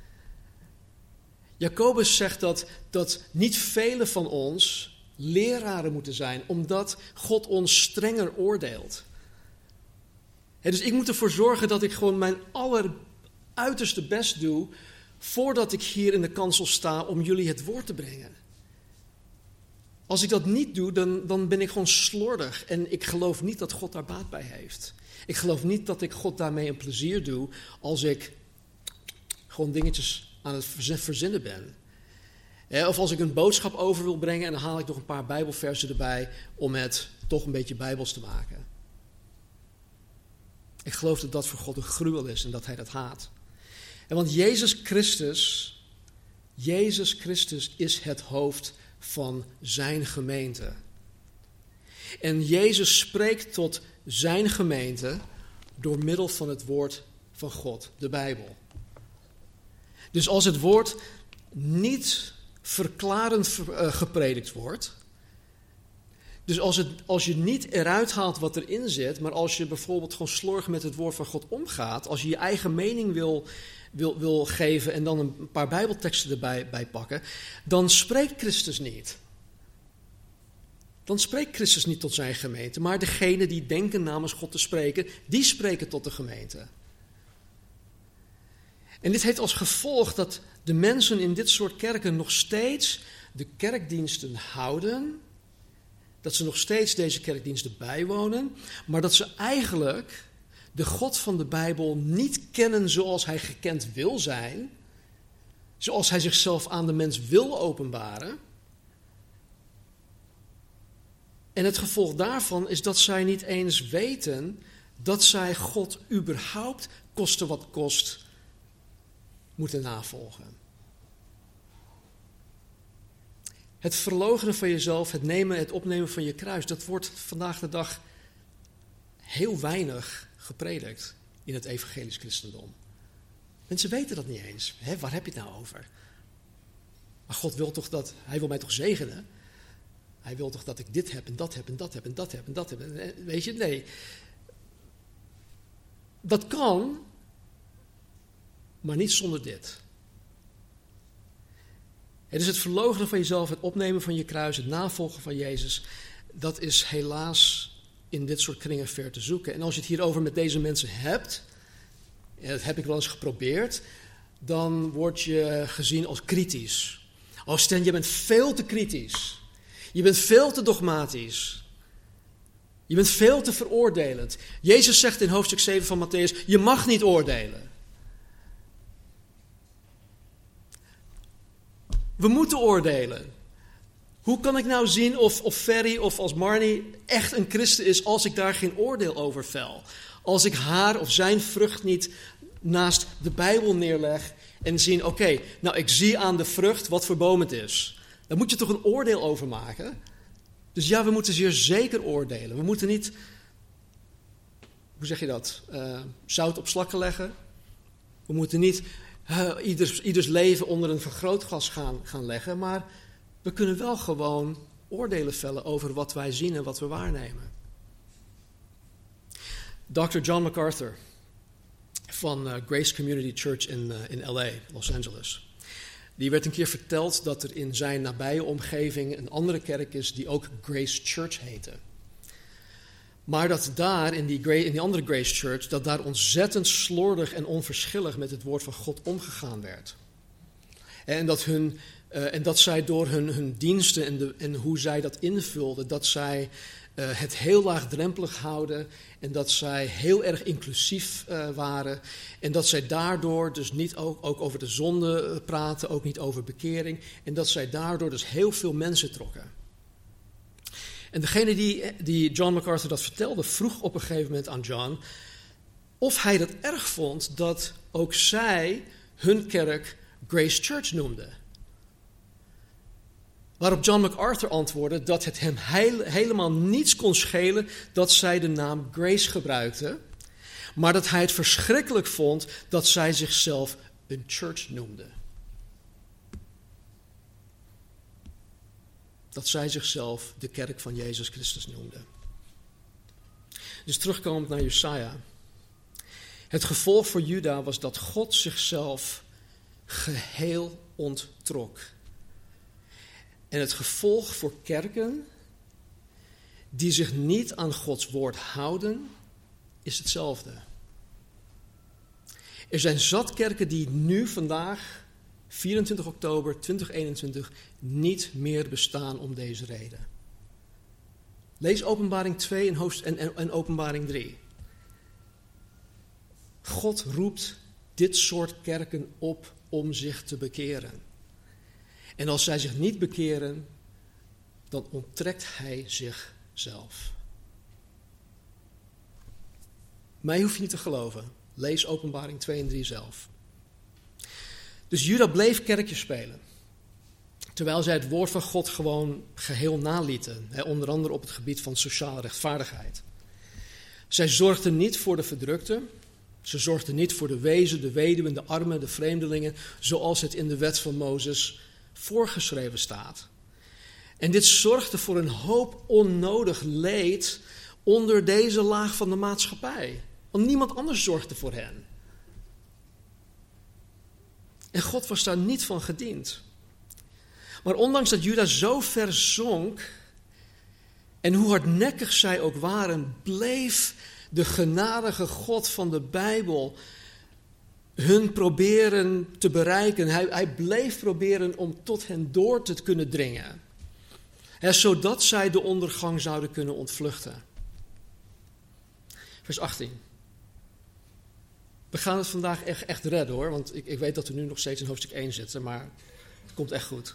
Jacobus zegt dat niet velen van ons leraren moeten zijn, omdat God ons strenger oordeelt. Dus ik moet ervoor zorgen dat ik gewoon mijn alleruiterste best doe, voordat ik hier in de kansel sta om jullie het woord te brengen. Als ik dat niet doe, dan ben ik gewoon slordig en ik geloof niet dat God daar baat bij heeft. Ik geloof niet dat ik God daarmee een plezier doe als ik gewoon dingetjes aan het verzinnen ben. Of als ik een boodschap over wil brengen en dan haal ik nog een paar Bijbelversen erbij om het toch een beetje Bijbels te maken. Ik geloof dat dat voor God een gruwel is en dat hij dat haat. En want Jezus Christus is het hoofd van zijn gemeente. En Jezus spreekt tot zijn gemeente door middel van het woord van God, de Bijbel. Dus als het woord niet verklarend gepredikt wordt, dus als je niet eruit haalt wat erin zit, maar als je bijvoorbeeld gewoon slordig met het woord van God omgaat, als je je eigen mening wil geven en dan een paar Bijbelteksten erbij pakken, dan spreekt Christus niet. Dan spreekt Christus niet tot zijn gemeente, maar degenen die denken namens God te spreken, die spreken tot de gemeente. En dit heeft als gevolg dat de mensen in dit soort kerken nog steeds de kerkdiensten houden, dat ze nog steeds deze kerkdiensten bijwonen, maar dat ze eigenlijk de God van de Bijbel niet kennen zoals hij gekend wil zijn, zoals hij zichzelf aan de mens wil openbaren. En het gevolg daarvan is dat zij niet eens weten dat zij God überhaupt, koste wat kost, moeten navolgen. Het verloochenen van jezelf, het opnemen van je kruis, dat wordt vandaag de dag heel weinig gepredikt in het evangelisch christendom. Mensen weten dat niet eens. Waar heb je het nou over? Maar God wil toch hij wil mij toch zegenen? Hij wil toch dat ik dit heb en dat heb en dat heb en dat heb en dat heb. Weet je, nee. Dat kan, maar niet zonder dit. Het is het verloochenen van jezelf, het opnemen van je kruis, het navolgen van Jezus. Dat is helaas in dit soort kringen ver te zoeken. En als je het hierover met deze mensen hebt, en dat heb ik wel eens geprobeerd, dan word je gezien als kritisch. Als Stan, je bent veel te kritisch. Je bent veel te dogmatisch. Je bent veel te veroordelend. Jezus zegt in hoofdstuk 7 van Mattheüs, je mag niet oordelen. We moeten oordelen. Hoe kan ik nou zien of Ferry of als Marnie echt een christen is als ik daar geen oordeel over vel? Als ik haar of zijn vrucht niet naast de Bijbel neerleg en zien, oké, nou ik zie aan de vrucht wat voor boom het is. Daar moet je toch een oordeel over maken? Dus ja, we moeten zeer zeker oordelen. We moeten niet, hoe zeg je dat, zout op slakken leggen. We moeten niet ieders leven onder een vergrootglas gaan leggen, maar we kunnen wel gewoon oordelen vellen over wat wij zien en wat we waarnemen. Dr. John MacArthur van Grace Community Church in LA, Los Angeles. Die werd een keer verteld dat er in zijn nabije omgeving een andere kerk is die ook Grace Church heette. Maar dat daar, in die andere Grace Church, dat daar ontzettend slordig en onverschillig met het woord van God omgegaan werd. En dat zij door hun diensten en hoe zij dat invulden, dat zij het heel laagdrempelig houden en dat zij heel erg inclusief waren. En dat zij daardoor dus niet ook over de zonde praten, ook niet over bekering. En dat zij daardoor dus heel veel mensen trokken. En degene die John MacArthur dat vertelde, vroeg op een gegeven moment aan John of hij dat erg vond dat ook zij hun kerk Grace Church noemden. Waarop John MacArthur antwoordde dat het hem helemaal niets kon schelen dat zij de naam Grace gebruikten, maar dat hij het verschrikkelijk vond dat zij zichzelf een church noemden. Dat zij zichzelf de kerk van Jezus Christus noemden. Dus terugkomend naar Jesaja. Het gevolg voor Juda was dat God zichzelf geheel onttrok. En het gevolg voor kerken die zich niet aan Gods woord houden, is hetzelfde. Er zijn zat kerken die nu vandaag, 24 oktober 2021, niet meer bestaan om deze reden. Lees Openbaring 2 en Openbaring 3. God roept dit soort kerken op om zich te bekeren. En als zij zich niet bekeren, dan onttrekt hij zichzelf. Mij hoef je niet te geloven. Lees Openbaring 2 en 3 zelf. Dus Juda bleef kerkjes spelen. Terwijl zij het woord van God gewoon geheel nalieten. Onder andere op het gebied van sociale rechtvaardigheid. Zij zorgden niet voor de verdrukten. Ze zorgden niet voor de wezen, de weduwen, de armen, de vreemdelingen. Zoals het in de wet van Mozes voorgeschreven staat. En dit zorgde voor een hoop onnodig leed onder deze laag van de maatschappij. Want niemand anders zorgde voor hen. En God was daar niet van gediend. Maar ondanks dat Juda zo ver zonk en hoe hardnekkig zij ook waren, bleef de genadige God van de Bijbel hun proberen te bereiken. Hij bleef proberen om tot hen door te kunnen dringen. Zodat zij de ondergang zouden kunnen ontvluchten. Vers 18. We gaan het vandaag echt redden hoor, want ik weet dat we nu nog steeds in hoofdstuk 1 zitten, maar het komt echt goed.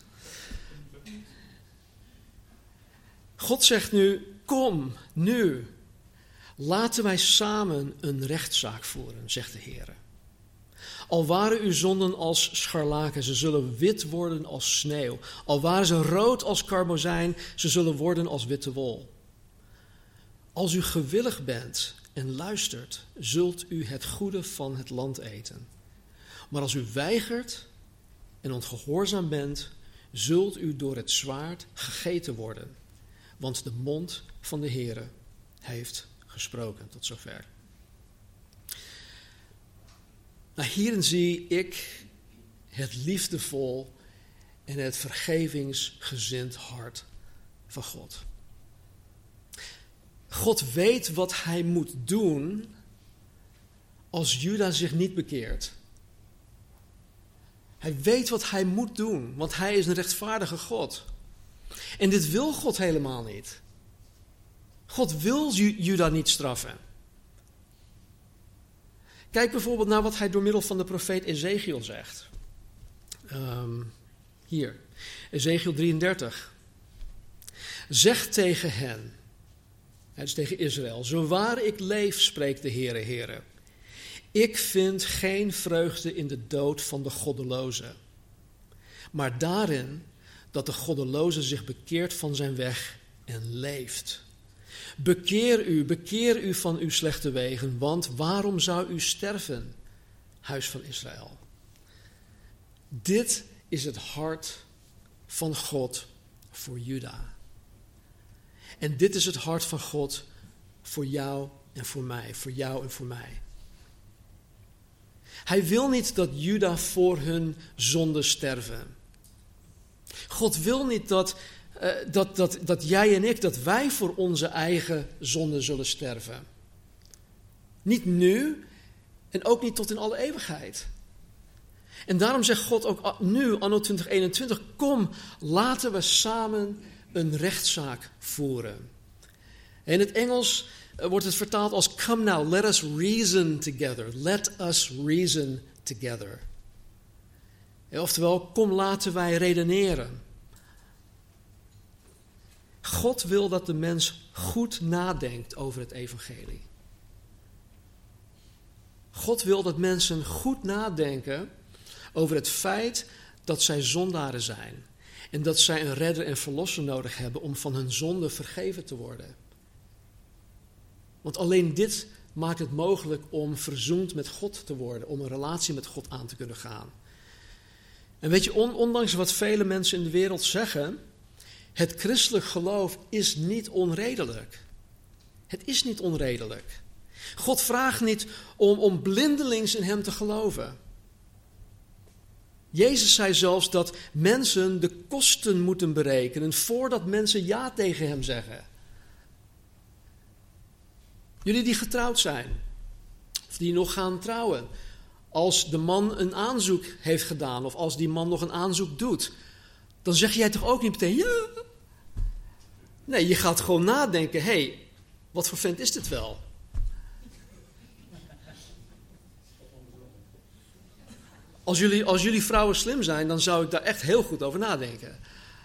God zegt nu, kom nu, laten wij samen een rechtszaak voeren, zegt de Heer. Al waren uw zonden als scharlaken, ze zullen wit worden als sneeuw. Al waren ze rood als karmozijn, ze zullen worden als witte wol. Als u gewillig bent en luistert, zult u het goede van het land eten. Maar als u weigert en ongehoorzaam bent, zult u door het zwaard gegeten worden. Want de mond van de Heere heeft gesproken. Tot zover. Nou, hierin zie ik het liefdevol en het vergevingsgezind hart van God. God weet wat hij moet doen als Juda zich niet bekeert. Hij weet wat hij moet doen, want hij is een rechtvaardige God. En dit wil God helemaal niet. God wil Juda niet straffen. Kijk bijvoorbeeld naar wat hij door middel van de profeet Ezekiel zegt. Hier, Ezekiel 33. Zeg tegen hen, het is tegen Israël, zo waar ik leef, spreekt de Heere. Ik vind geen vreugde in de dood van de goddeloze, maar daarin dat de goddeloze zich bekeert van zijn weg en leeft. Bekeer u van uw slechte wegen, want waarom zou u sterven, huis van Israël? Dit is het hart van God voor Juda. En dit is het hart van God voor jou en voor mij, voor jou en voor mij. Hij wil niet dat Juda voor hun zonde sterven. God wil niet dat jij en ik, dat wij voor onze eigen zonde zullen sterven. Niet nu en ook niet tot in alle eeuwigheid. En daarom zegt God ook nu, anno 2021, kom, laten we samen een rechtszaak voeren. In het Engels wordt het vertaald als come now, let us reason together. Let us reason together. Oftewel, kom laten wij redeneren. God wil dat de mens goed nadenkt over het evangelie. God wil dat mensen goed nadenken over het feit dat zij zondaren zijn. En dat zij een redder en verlosser nodig hebben om van hun zonde vergeven te worden. Want alleen dit maakt het mogelijk om verzoend met God te worden. Om een relatie met God aan te kunnen gaan. En weet je, ondanks wat vele mensen in de wereld zeggen, het christelijk geloof is niet onredelijk. Het is niet onredelijk. God vraagt niet om blindelings in hem te geloven. Jezus zei zelfs dat mensen de kosten moeten berekenen voordat mensen ja tegen hem zeggen. Jullie die getrouwd zijn, of die nog gaan trouwen, als de man een aanzoek heeft gedaan, of als die man nog een aanzoek doet, dan zeg jij toch ook niet meteen ja? Nee, je gaat gewoon nadenken, hé, wat voor vent is dit wel? Als jullie vrouwen slim zijn, dan zou ik daar echt heel goed over nadenken.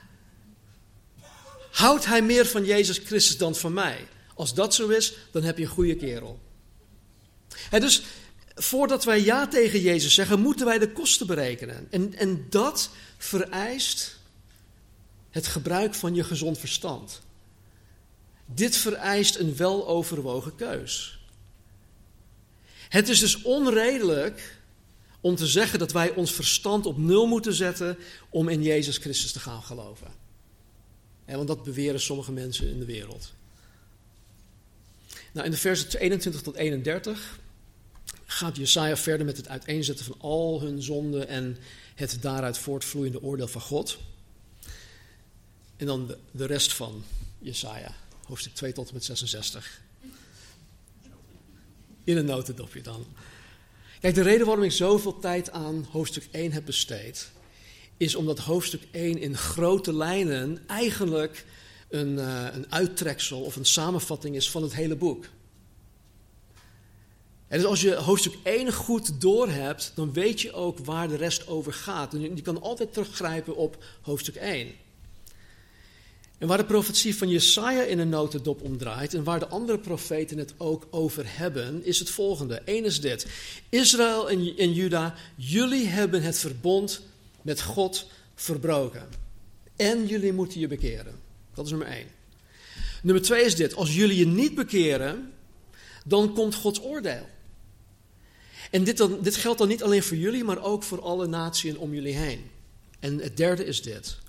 Houdt hij meer van Jezus Christus dan van mij? Als dat zo is, dan heb je een goede kerel. Dus voordat wij ja tegen Jezus zeggen, moeten wij de kosten berekenen. En dat vereist het gebruik van je gezond verstand. Dit vereist een weloverwogen keus. Het is dus onredelijk om te zeggen dat wij ons verstand op nul moeten zetten om in Jezus Christus te gaan geloven. Want dat beweren sommige mensen in de wereld. Nou, in de versen 21 tot 31 gaat Jesaja verder met het uiteenzetten van al hun zonden en het daaruit voortvloeiende oordeel van God. En dan de rest van Jesaja, hoofdstuk 2 tot en met 66. In een notendopje dan. Kijk, de reden waarom ik zoveel tijd aan hoofdstuk 1 heb besteed, is omdat hoofdstuk 1 in grote lijnen eigenlijk een uittreksel of een samenvatting is van het hele boek. En dus als je hoofdstuk 1 goed doorhebt, dan weet je ook waar de rest over gaat. En je kan altijd teruggrijpen op hoofdstuk 1. En waar de profetie van Jesaja in een notendop om draait en waar de andere profeten het ook over hebben, is het volgende. Eén is dit. Israël en Juda, jullie hebben het verbond met God verbroken. En jullie moeten je bekeren. Dat is nummer 1. Nummer 2 is dit. Als jullie je niet bekeren, dan komt Gods oordeel. En dit geldt dan niet alleen voor jullie, maar ook voor alle naties om jullie heen. En het derde is dit.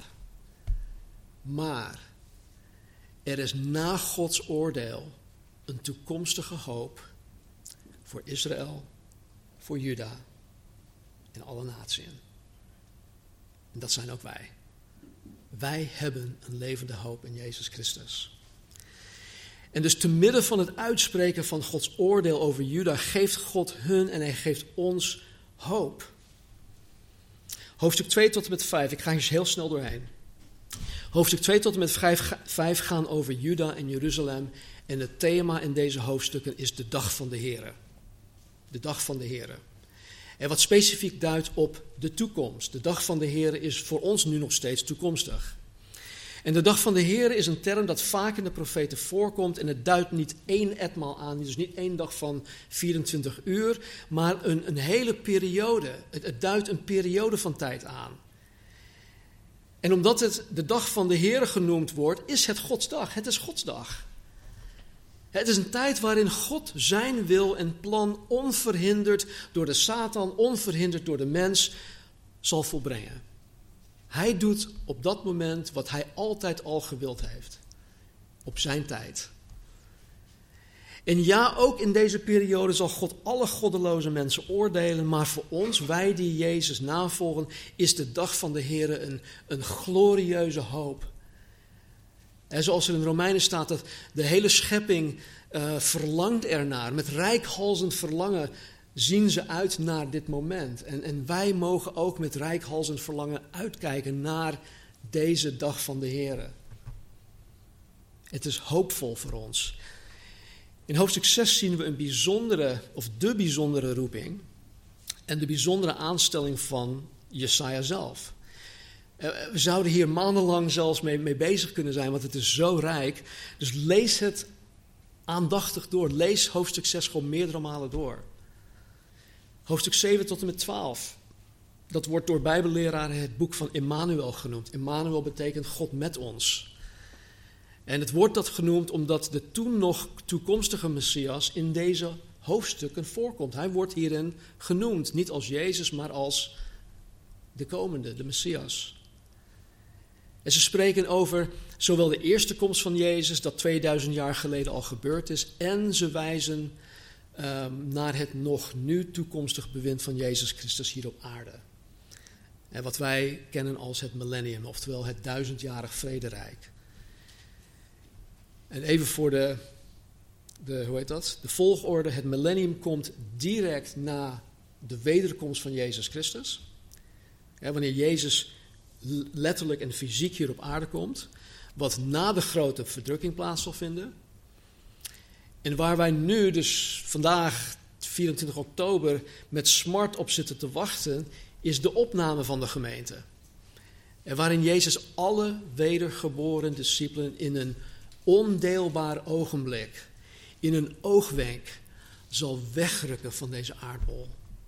Maar er is na Gods oordeel een toekomstige hoop voor Israël, voor Juda en alle naties. En dat zijn ook wij. Wij hebben een levende hoop in Jezus Christus. En dus te midden van het uitspreken van Gods oordeel over Juda geeft God hun en hij geeft ons hoop. Hoofdstuk 2 tot en met 5, ik ga hier heel snel doorheen. Hoofdstuk 2 tot en met 5 gaan over Juda en Jeruzalem. En het thema in deze hoofdstukken is de dag van de Here. De dag van de Here. En wat specifiek duidt op de toekomst. De dag van de Here is voor ons nu nog steeds toekomstig. En de dag van de Here is een term dat vaak in de profeten voorkomt. En het duidt niet één etmaal aan. Dus niet één dag van 24 uur. Maar een hele periode. Het duidt een periode van tijd aan. En omdat het de dag van de Here genoemd wordt, is het Godsdag. Het is Godsdag. Het is een tijd waarin God zijn wil en plan onverhinderd door de Satan, onverhinderd door de mens, zal volbrengen. Hij doet op dat moment wat hij altijd al gewild heeft. Op zijn tijd. En ja, ook in deze periode zal God alle goddeloze mensen oordelen. Maar voor ons, wij die Jezus navolgen, is de dag van de Here een glorieuze hoop. En zoals er in Romeinen staat, dat de hele schepping verlangt ernaar. Met reikhalzend verlangen zien ze uit naar dit moment. En wij mogen ook met reikhalzend verlangen uitkijken naar deze dag van de Here. Het is hoopvol voor ons. In hoofdstuk 6 zien we de bijzondere roeping en de bijzondere aanstelling van Jesaja zelf. We zouden hier maandenlang zelfs mee bezig kunnen zijn, want het is zo rijk. Dus lees het aandachtig door. Lees hoofdstuk 6 gewoon meerdere malen door. Hoofdstuk 7 tot en met 12. Dat wordt door bijbelleraren het boek van Immanuel genoemd. Immanuel betekent God met ons. En het wordt dat genoemd omdat de toen nog toekomstige Messias in deze hoofdstukken voorkomt. Hij wordt hierin genoemd, niet als Jezus, maar als de komende, de Messias. En ze spreken over zowel de eerste komst van Jezus, dat 2000 jaar geleden al gebeurd is, en ze wijzen naar het nog nu toekomstig bewind van Jezus Christus hier op aarde. En wat wij kennen als het millennium, oftewel het 1000-jarig vrederijk. En even voor de volgorde. Het millennium komt direct na de wederkomst van Jezus Christus. Wanneer Jezus letterlijk en fysiek hier op aarde komt. Wat na de grote verdrukking plaats zal vinden. En waar wij nu dus vandaag, 24 oktober, met smart op zitten te wachten, is de opname van de gemeente. En waarin Jezus alle wedergeboren discipelen in een ondeelbaar ogenblik, in een oogwenk, zal wegrukken van deze aardbol.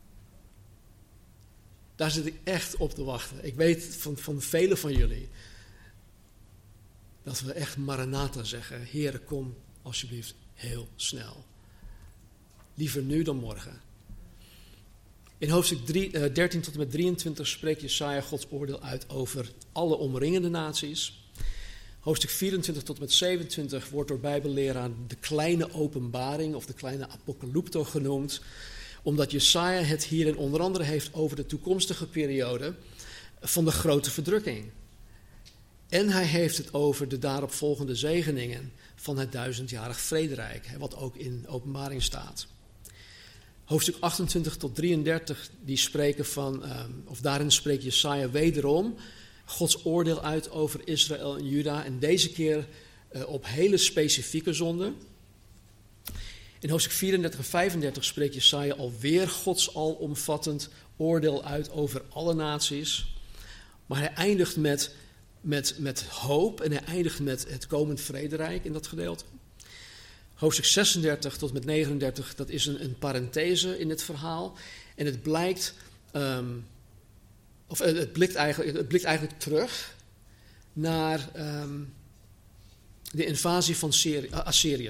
Daar zit ik echt op te wachten. Ik weet van velen van jullie dat we echt Maranatha zeggen. Heere, kom alsjeblieft heel snel. Liever nu dan morgen. In hoofdstuk 13 tot en met 23 spreekt Jesaja Gods oordeel uit over alle omringende naties. Hoofdstuk 24 tot en met 27 wordt door bijbelleraar de kleine openbaring of de kleine apocalypto genoemd. Omdat Jesaja het hierin onder andere heeft over de toekomstige periode van de grote verdrukking. En hij heeft het over de daaropvolgende zegeningen van het 1000-jarig vrederijk, wat ook in openbaring staat. Hoofdstuk 28 tot 33, die spreken daarin spreekt Jesaja wederom Gods oordeel uit over Israël en Juda. En deze keer op hele specifieke zonden. In hoofdstuk 34 en 35 spreekt Jesaja alweer Gods alomvattend oordeel uit over alle naties. Maar hij eindigt met met hoop en hij eindigt met het komend vrederijk in dat gedeelte. Hoofdstuk 36 tot met 39, dat is een parenthese in het verhaal. En het blijkt, het blikt eigenlijk terug naar de invasie van Assyrië.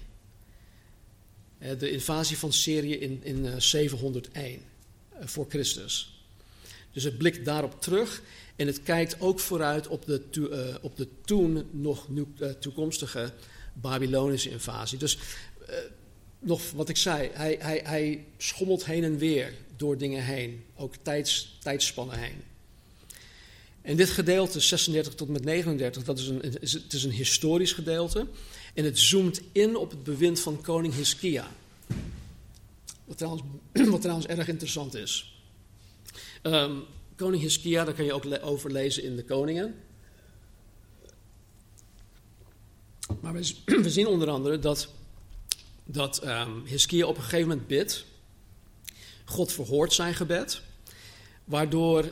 De invasie van Syrië in 701 voor Christus. Dus het blikt daarop terug en het kijkt ook vooruit op de toen nog toekomstige Babylonische invasie. Dus nog wat ik zei, hij schommelt heen en weer door dingen heen, ook tijdspannen heen. En dit gedeelte, 36 tot met 39, het is een historisch gedeelte. En het zoomt in op het bewind van koning Hiskia. Wat trouwens erg interessant is. Koning Hiskia, daar kan je ook over lezen in de Koningen. Maar we zien onder andere dat Hiskia op een gegeven moment bidt. God verhoort zijn gebed. Waardoor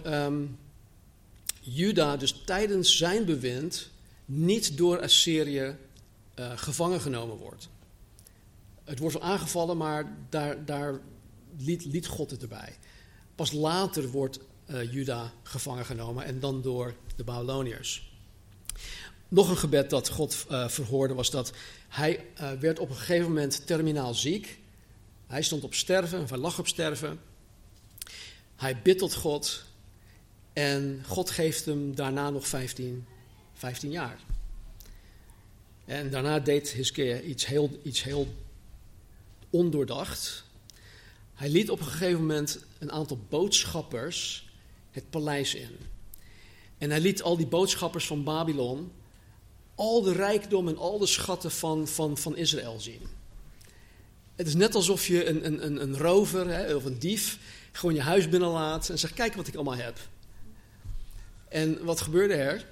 Juda dus tijdens zijn bewind niet door Assyrië gevangen genomen wordt. Het wordt wel aangevallen, maar daar liet God het erbij. Pas later wordt Juda gevangen genomen en dan door de Babyloniërs. Nog een gebed dat God verhoorde was dat hij werd op een gegeven moment terminaal ziek. Hij stond op sterven, of hij lag op sterven. Hij bidt tot God en God geeft hem daarna nog 15 jaar. En daarna deed Hiskia iets heel ondoordacht. Hij liet op een gegeven moment een aantal boodschappers het paleis in. En hij liet al die boodschappers van Babylon al de rijkdom en al de schatten van Israël zien. Het is net alsof je een rover of een dief gewoon je huis binnenlaat en zegt, kijk wat ik allemaal heb. En wat gebeurde er?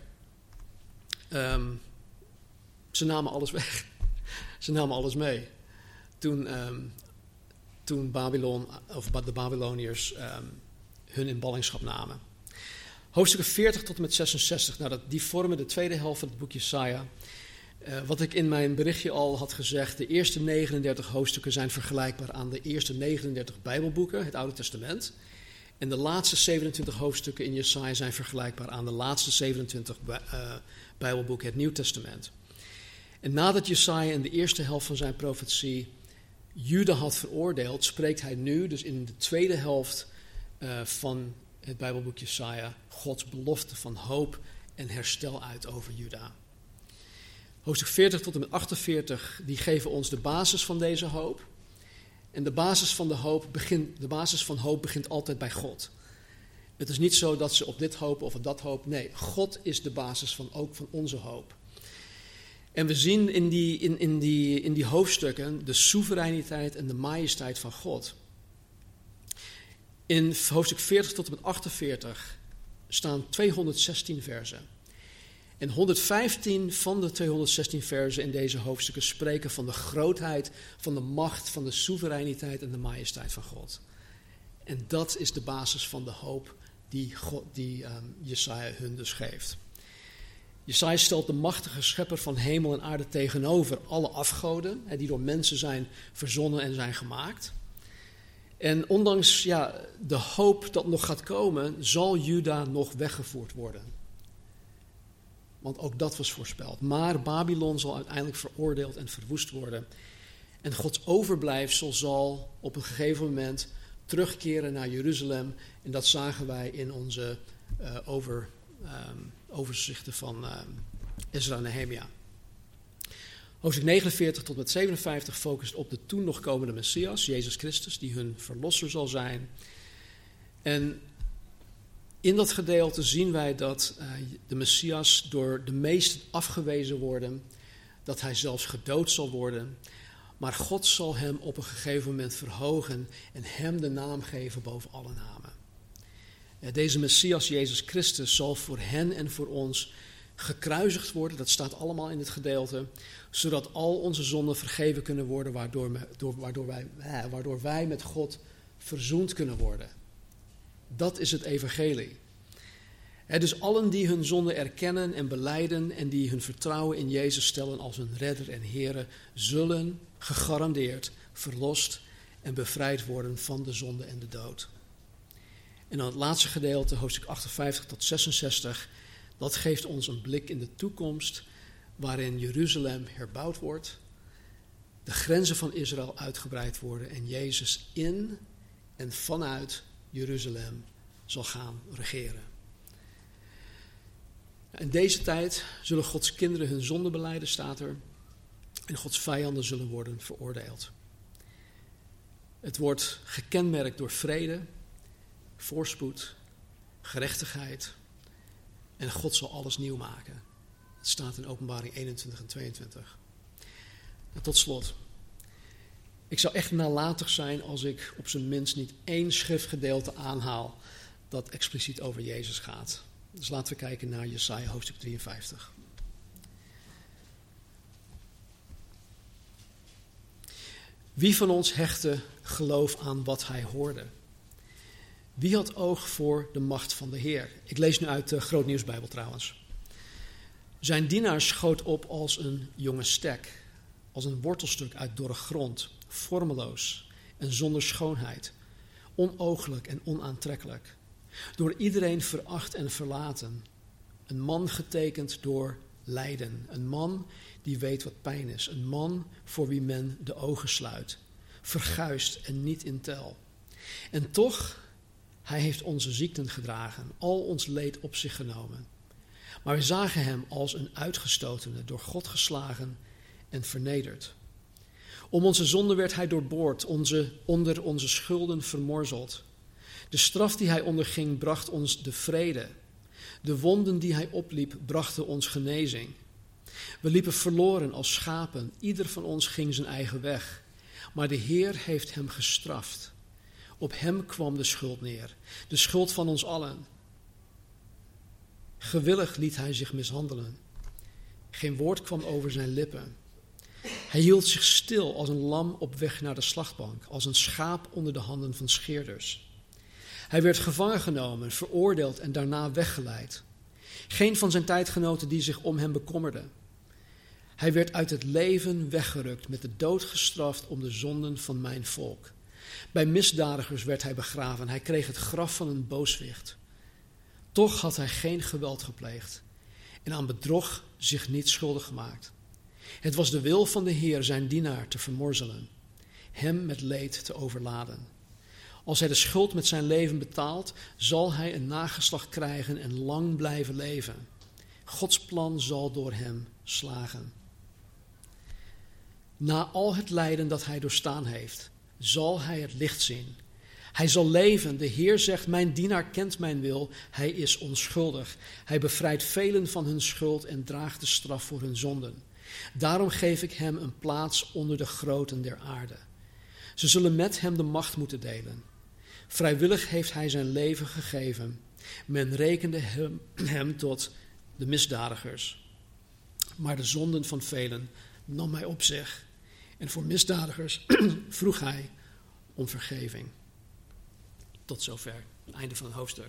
Ze namen alles weg. Ze namen alles mee. Toen Babylon, of de Babyloniërs hun in ballingschap namen. Hoofdstukken 40 tot en met 66, die vormen de tweede helft van het boek Jesaja. Wat ik in mijn berichtje al had gezegd, de eerste 39 hoofdstukken zijn vergelijkbaar aan de eerste 39 Bijbelboeken, het Oude Testament. En de laatste 27 hoofdstukken in Jesaja zijn vergelijkbaar aan de laatste 27 Bijbelboeken, het Nieuw Testament. En nadat Jesaja in de eerste helft van zijn profetie Juda had veroordeeld, spreekt hij nu, dus in de tweede helft van het Bijbelboek Jesaja, Gods belofte van hoop en herstel uit over Juda. Hoofdstuk 40 tot en met 48, die geven ons de basis van deze hoop. En de basis van hoop begint altijd bij God. Het is niet zo dat ze op dit hopen of op dat hopen. Nee, God is de basis ook van onze hoop. En we zien in die hoofdstukken de soevereiniteit en de majesteit van God. In hoofdstuk 40 tot en met 48 staan 216 versen. En 115 van de 216 versen in deze hoofdstukken spreken van de grootheid, van de macht, van de soevereiniteit en de majesteit van God. En dat is de basis van de hoop die Jesaja hun dus geeft. Jesaja stelt de machtige schepper van hemel en aarde tegenover alle afgoden die door mensen zijn verzonnen en zijn gemaakt. En ondanks de hoop dat nog gaat komen, zal Juda nog weggevoerd worden. Want ook dat was voorspeld. Maar Babylon zal uiteindelijk veroordeeld en verwoest worden. En Gods overblijfsel zal op een gegeven moment terugkeren naar Jeruzalem. En dat zagen wij in onze overzichten van Ezra en Nehemia. Hoofdstuk 49 tot met 57 focust op de toen nog komende Messias, Jezus Christus, die hun verlosser zal zijn. En in dat gedeelte zien wij dat de Messias door de meesten afgewezen worden, dat hij zelfs gedood zal worden. Maar God zal hem op een gegeven moment verhogen en hem de naam geven boven alle namen. Deze Messias, Jezus Christus, zal voor hen en voor ons gekruisigd worden. Dat staat allemaal in het gedeelte. Zodat al onze zonden vergeven kunnen worden, waardoor wij met God verzoend kunnen worden. Dat is het evangelie. Dus allen die hun zonde erkennen en belijden en die hun vertrouwen in Jezus stellen als hun redder en Heere, zullen gegarandeerd verlost en bevrijd worden van de zonde en de dood. En dan het laatste gedeelte, hoofdstuk 58 tot 66, dat geeft ons een blik in de toekomst waarin Jeruzalem herbouwd wordt, de grenzen van Israël uitgebreid worden en Jezus in en vanuit Jeruzalem zal gaan regeren. In deze tijd zullen Gods kinderen hun zonde belijden, staat er, en Gods vijanden zullen worden veroordeeld. Het wordt gekenmerkt door vrede, voorspoed, gerechtigheid en God zal alles nieuw maken. Het staat in Openbaring 21 en 22. En tot slot. Ik zou echt nalatig zijn als ik op zijn minst niet één schriftgedeelte aanhaal dat expliciet over Jezus gaat. Dus laten we kijken naar Jesaja hoofdstuk 53. Wie van ons hechtte geloof aan wat hij hoorde? Wie had oog voor de macht van de Heer? Ik lees nu uit de Groot Nieuwsbijbel trouwens. Zijn dienaar schoot op als een jonge stek, als een wortelstuk uit dorre grond, vormeloos en zonder schoonheid, onooglijk en onaantrekkelijk, door iedereen veracht en verlaten. Een man getekend door lijden, een man die weet wat pijn is, een man voor wie men de ogen sluit, verguisd en niet in tel. En toch, hij heeft onze ziekten gedragen, al ons leed op zich genomen. Maar we zagen hem als een uitgestotene, door God geslagen en vernederd. Om onze zonde werd hij doorboord, onder onze schulden vermorzeld. De straf die hij onderging bracht ons de vrede. De wonden die hij opliep brachten ons genezing. We liepen verloren als schapen, ieder van ons ging zijn eigen weg. Maar de Heer heeft hem gestraft. Op hem kwam de schuld neer, de schuld van ons allen. Gewillig liet hij zich mishandelen. Geen woord kwam over zijn lippen. Hij hield zich stil als een lam op weg naar de slachtbank, als een schaap onder de handen van scheerders. Hij werd gevangen genomen, veroordeeld en daarna weggeleid. Geen van zijn tijdgenoten die zich om hem bekommerden. Hij werd uit het leven weggerukt, met de dood gestraft om de zonden van mijn volk. Bij misdadigers werd hij begraven. Hij kreeg het graf van een booswicht. Toch had hij geen geweld gepleegd en aan bedrog zich niet schuldig gemaakt. Het was de wil van de Heer zijn dienaar te vermorzelen, hem met leed te overladen. Als hij de schuld met zijn leven betaalt, zal hij een nageslacht krijgen en lang blijven leven. Gods plan zal door hem slagen. Na al het lijden dat hij doorstaan heeft, zal hij het licht zien. Hij zal leven. De Heer zegt, mijn dienaar kent mijn wil. Hij is onschuldig. Hij bevrijdt velen van hun schuld en draagt de straf voor hun zonden. Daarom geef ik hem een plaats onder de groten der aarde. Ze zullen met hem de macht moeten delen. Vrijwillig heeft hij zijn leven gegeven. Men rekende hem tot de misdadigers. Maar de zonden van velen nam hij op zich. En voor misdadigers vroeg hij om vergeving. Tot zover, het einde van het hoofdstuk.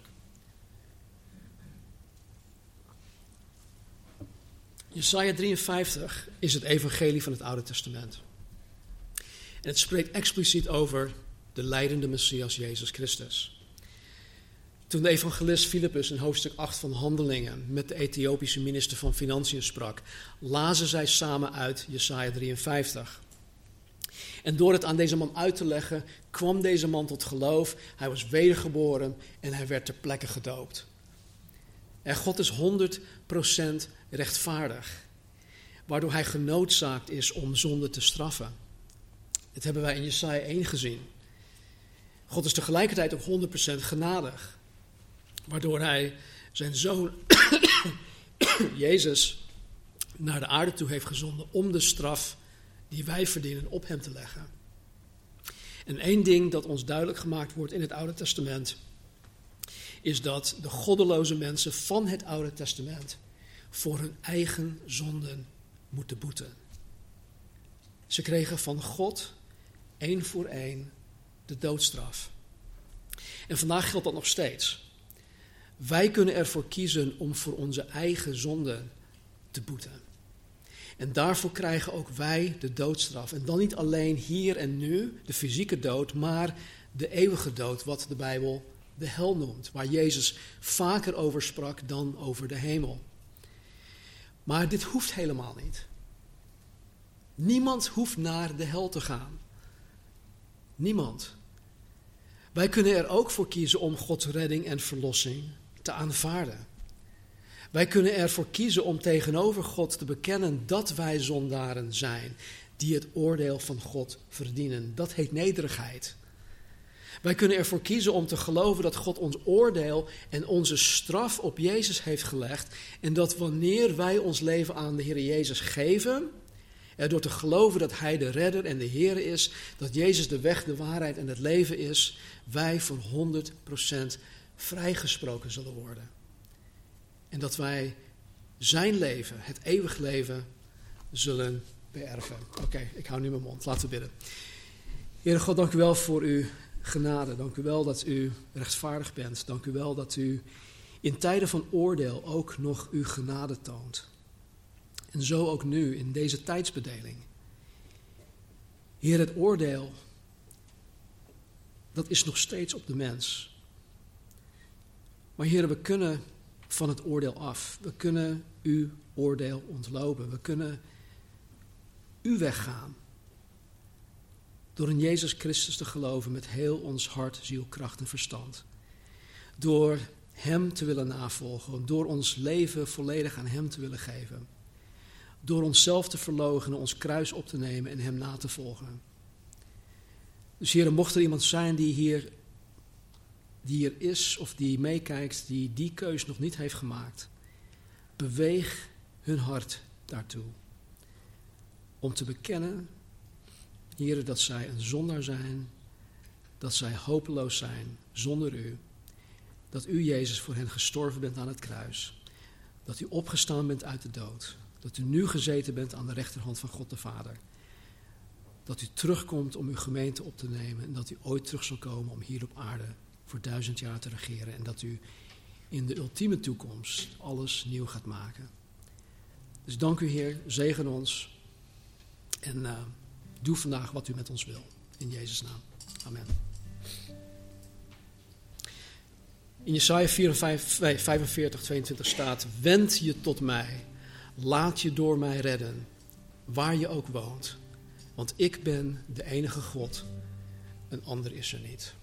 Jesaja 53 is het evangelie van het Oude Testament. En het spreekt expliciet over de lijdende Messias Jezus Christus. Toen de evangelist Filippus in hoofdstuk 8 van Handelingen met de Ethiopische minister van Financiën sprak, lazen zij samen uit Jesaja 53. En door het aan deze man uit te leggen, kwam deze man tot geloof. Hij was wedergeboren en hij werd ter plekke gedoopt. En God is 100% rechtvaardig, waardoor hij genoodzaakt is om zonde te straffen. Dat hebben wij in Jesaja 1 gezien. God is tegelijkertijd ook 100% genadig, waardoor hij zijn zoon Jezus naar de aarde toe heeft gezonden om de straf die wij verdienen op hem te leggen. En één ding dat ons duidelijk gemaakt wordt in het Oude Testament is dat de goddeloze mensen van het Oude Testament voor hun eigen zonden moeten boeten. Ze kregen van God 1 voor 1 de doodstraf. En vandaag geldt dat nog steeds. Wij kunnen ervoor kiezen om voor onze eigen zonden te boeten. En daarvoor krijgen ook wij de doodstraf. En dan niet alleen hier en nu, de fysieke dood, maar de eeuwige dood, wat de Bijbel de hel noemt. Waar Jezus vaker over sprak dan over de hemel. Maar dit hoeft helemaal niet. Niemand hoeft naar de hel te gaan. Niemand. Wij kunnen er ook voor kiezen om Gods redding en verlossing te aanvaarden. Wij kunnen ervoor kiezen om tegenover God te bekennen dat wij zondaren zijn, die het oordeel van God verdienen. Dat heet nederigheid. Wij kunnen ervoor kiezen om te geloven dat God ons oordeel en onze straf op Jezus heeft gelegd. En dat wanneer wij ons leven aan de Heer Jezus geven, door te geloven dat Hij de redder en de Heer is, dat Jezus de weg, de waarheid en het leven is, wij voor 100% vrijgesproken zullen worden. En dat wij zijn leven, het eeuwig leven, zullen beërven. Oké, ik hou nu mijn mond. Laten we bidden. Heere God, dank u wel voor uw genade. Dank u wel dat u rechtvaardig bent. Dank u wel dat u in tijden van oordeel ook nog uw genade toont. En zo ook nu, in deze tijdsbedeling. Heer, het oordeel, dat is nog steeds op de mens. Maar Heer, we kunnen van het oordeel af. We kunnen uw oordeel ontlopen. We kunnen uw weg gaan. Door in Jezus Christus te geloven met heel ons hart, ziel, kracht en verstand. Door Hem te willen navolgen. Door ons leven volledig aan Hem te willen geven. Door onszelf te verloochenen, ons kruis op te nemen en Hem na te volgen. Dus Heer, mocht er iemand zijn die hier is of die meekijkt, die keus nog niet heeft gemaakt. Beweeg hun hart daartoe. Om te bekennen, Heer, dat zij een zondaar zijn. Dat zij hopeloos zijn zonder u. Dat u, Jezus, voor hen gestorven bent aan het kruis. Dat u opgestaan bent uit de dood. Dat u nu gezeten bent aan de rechterhand van God de Vader. Dat u terugkomt om uw gemeente op te nemen. En dat u ooit terug zal komen om hier op aarde voor 1000 jaar te regeren. En dat u in de ultieme toekomst alles nieuw gaat maken. Dus dank u, Heer. Zegen ons. En doe vandaag wat u met ons wil. In Jezus' naam. Amen. In Jesaja 45:22 staat: Wend je tot mij. Laat je door mij redden. Waar je ook woont. Want ik ben de enige God. Een ander is er niet.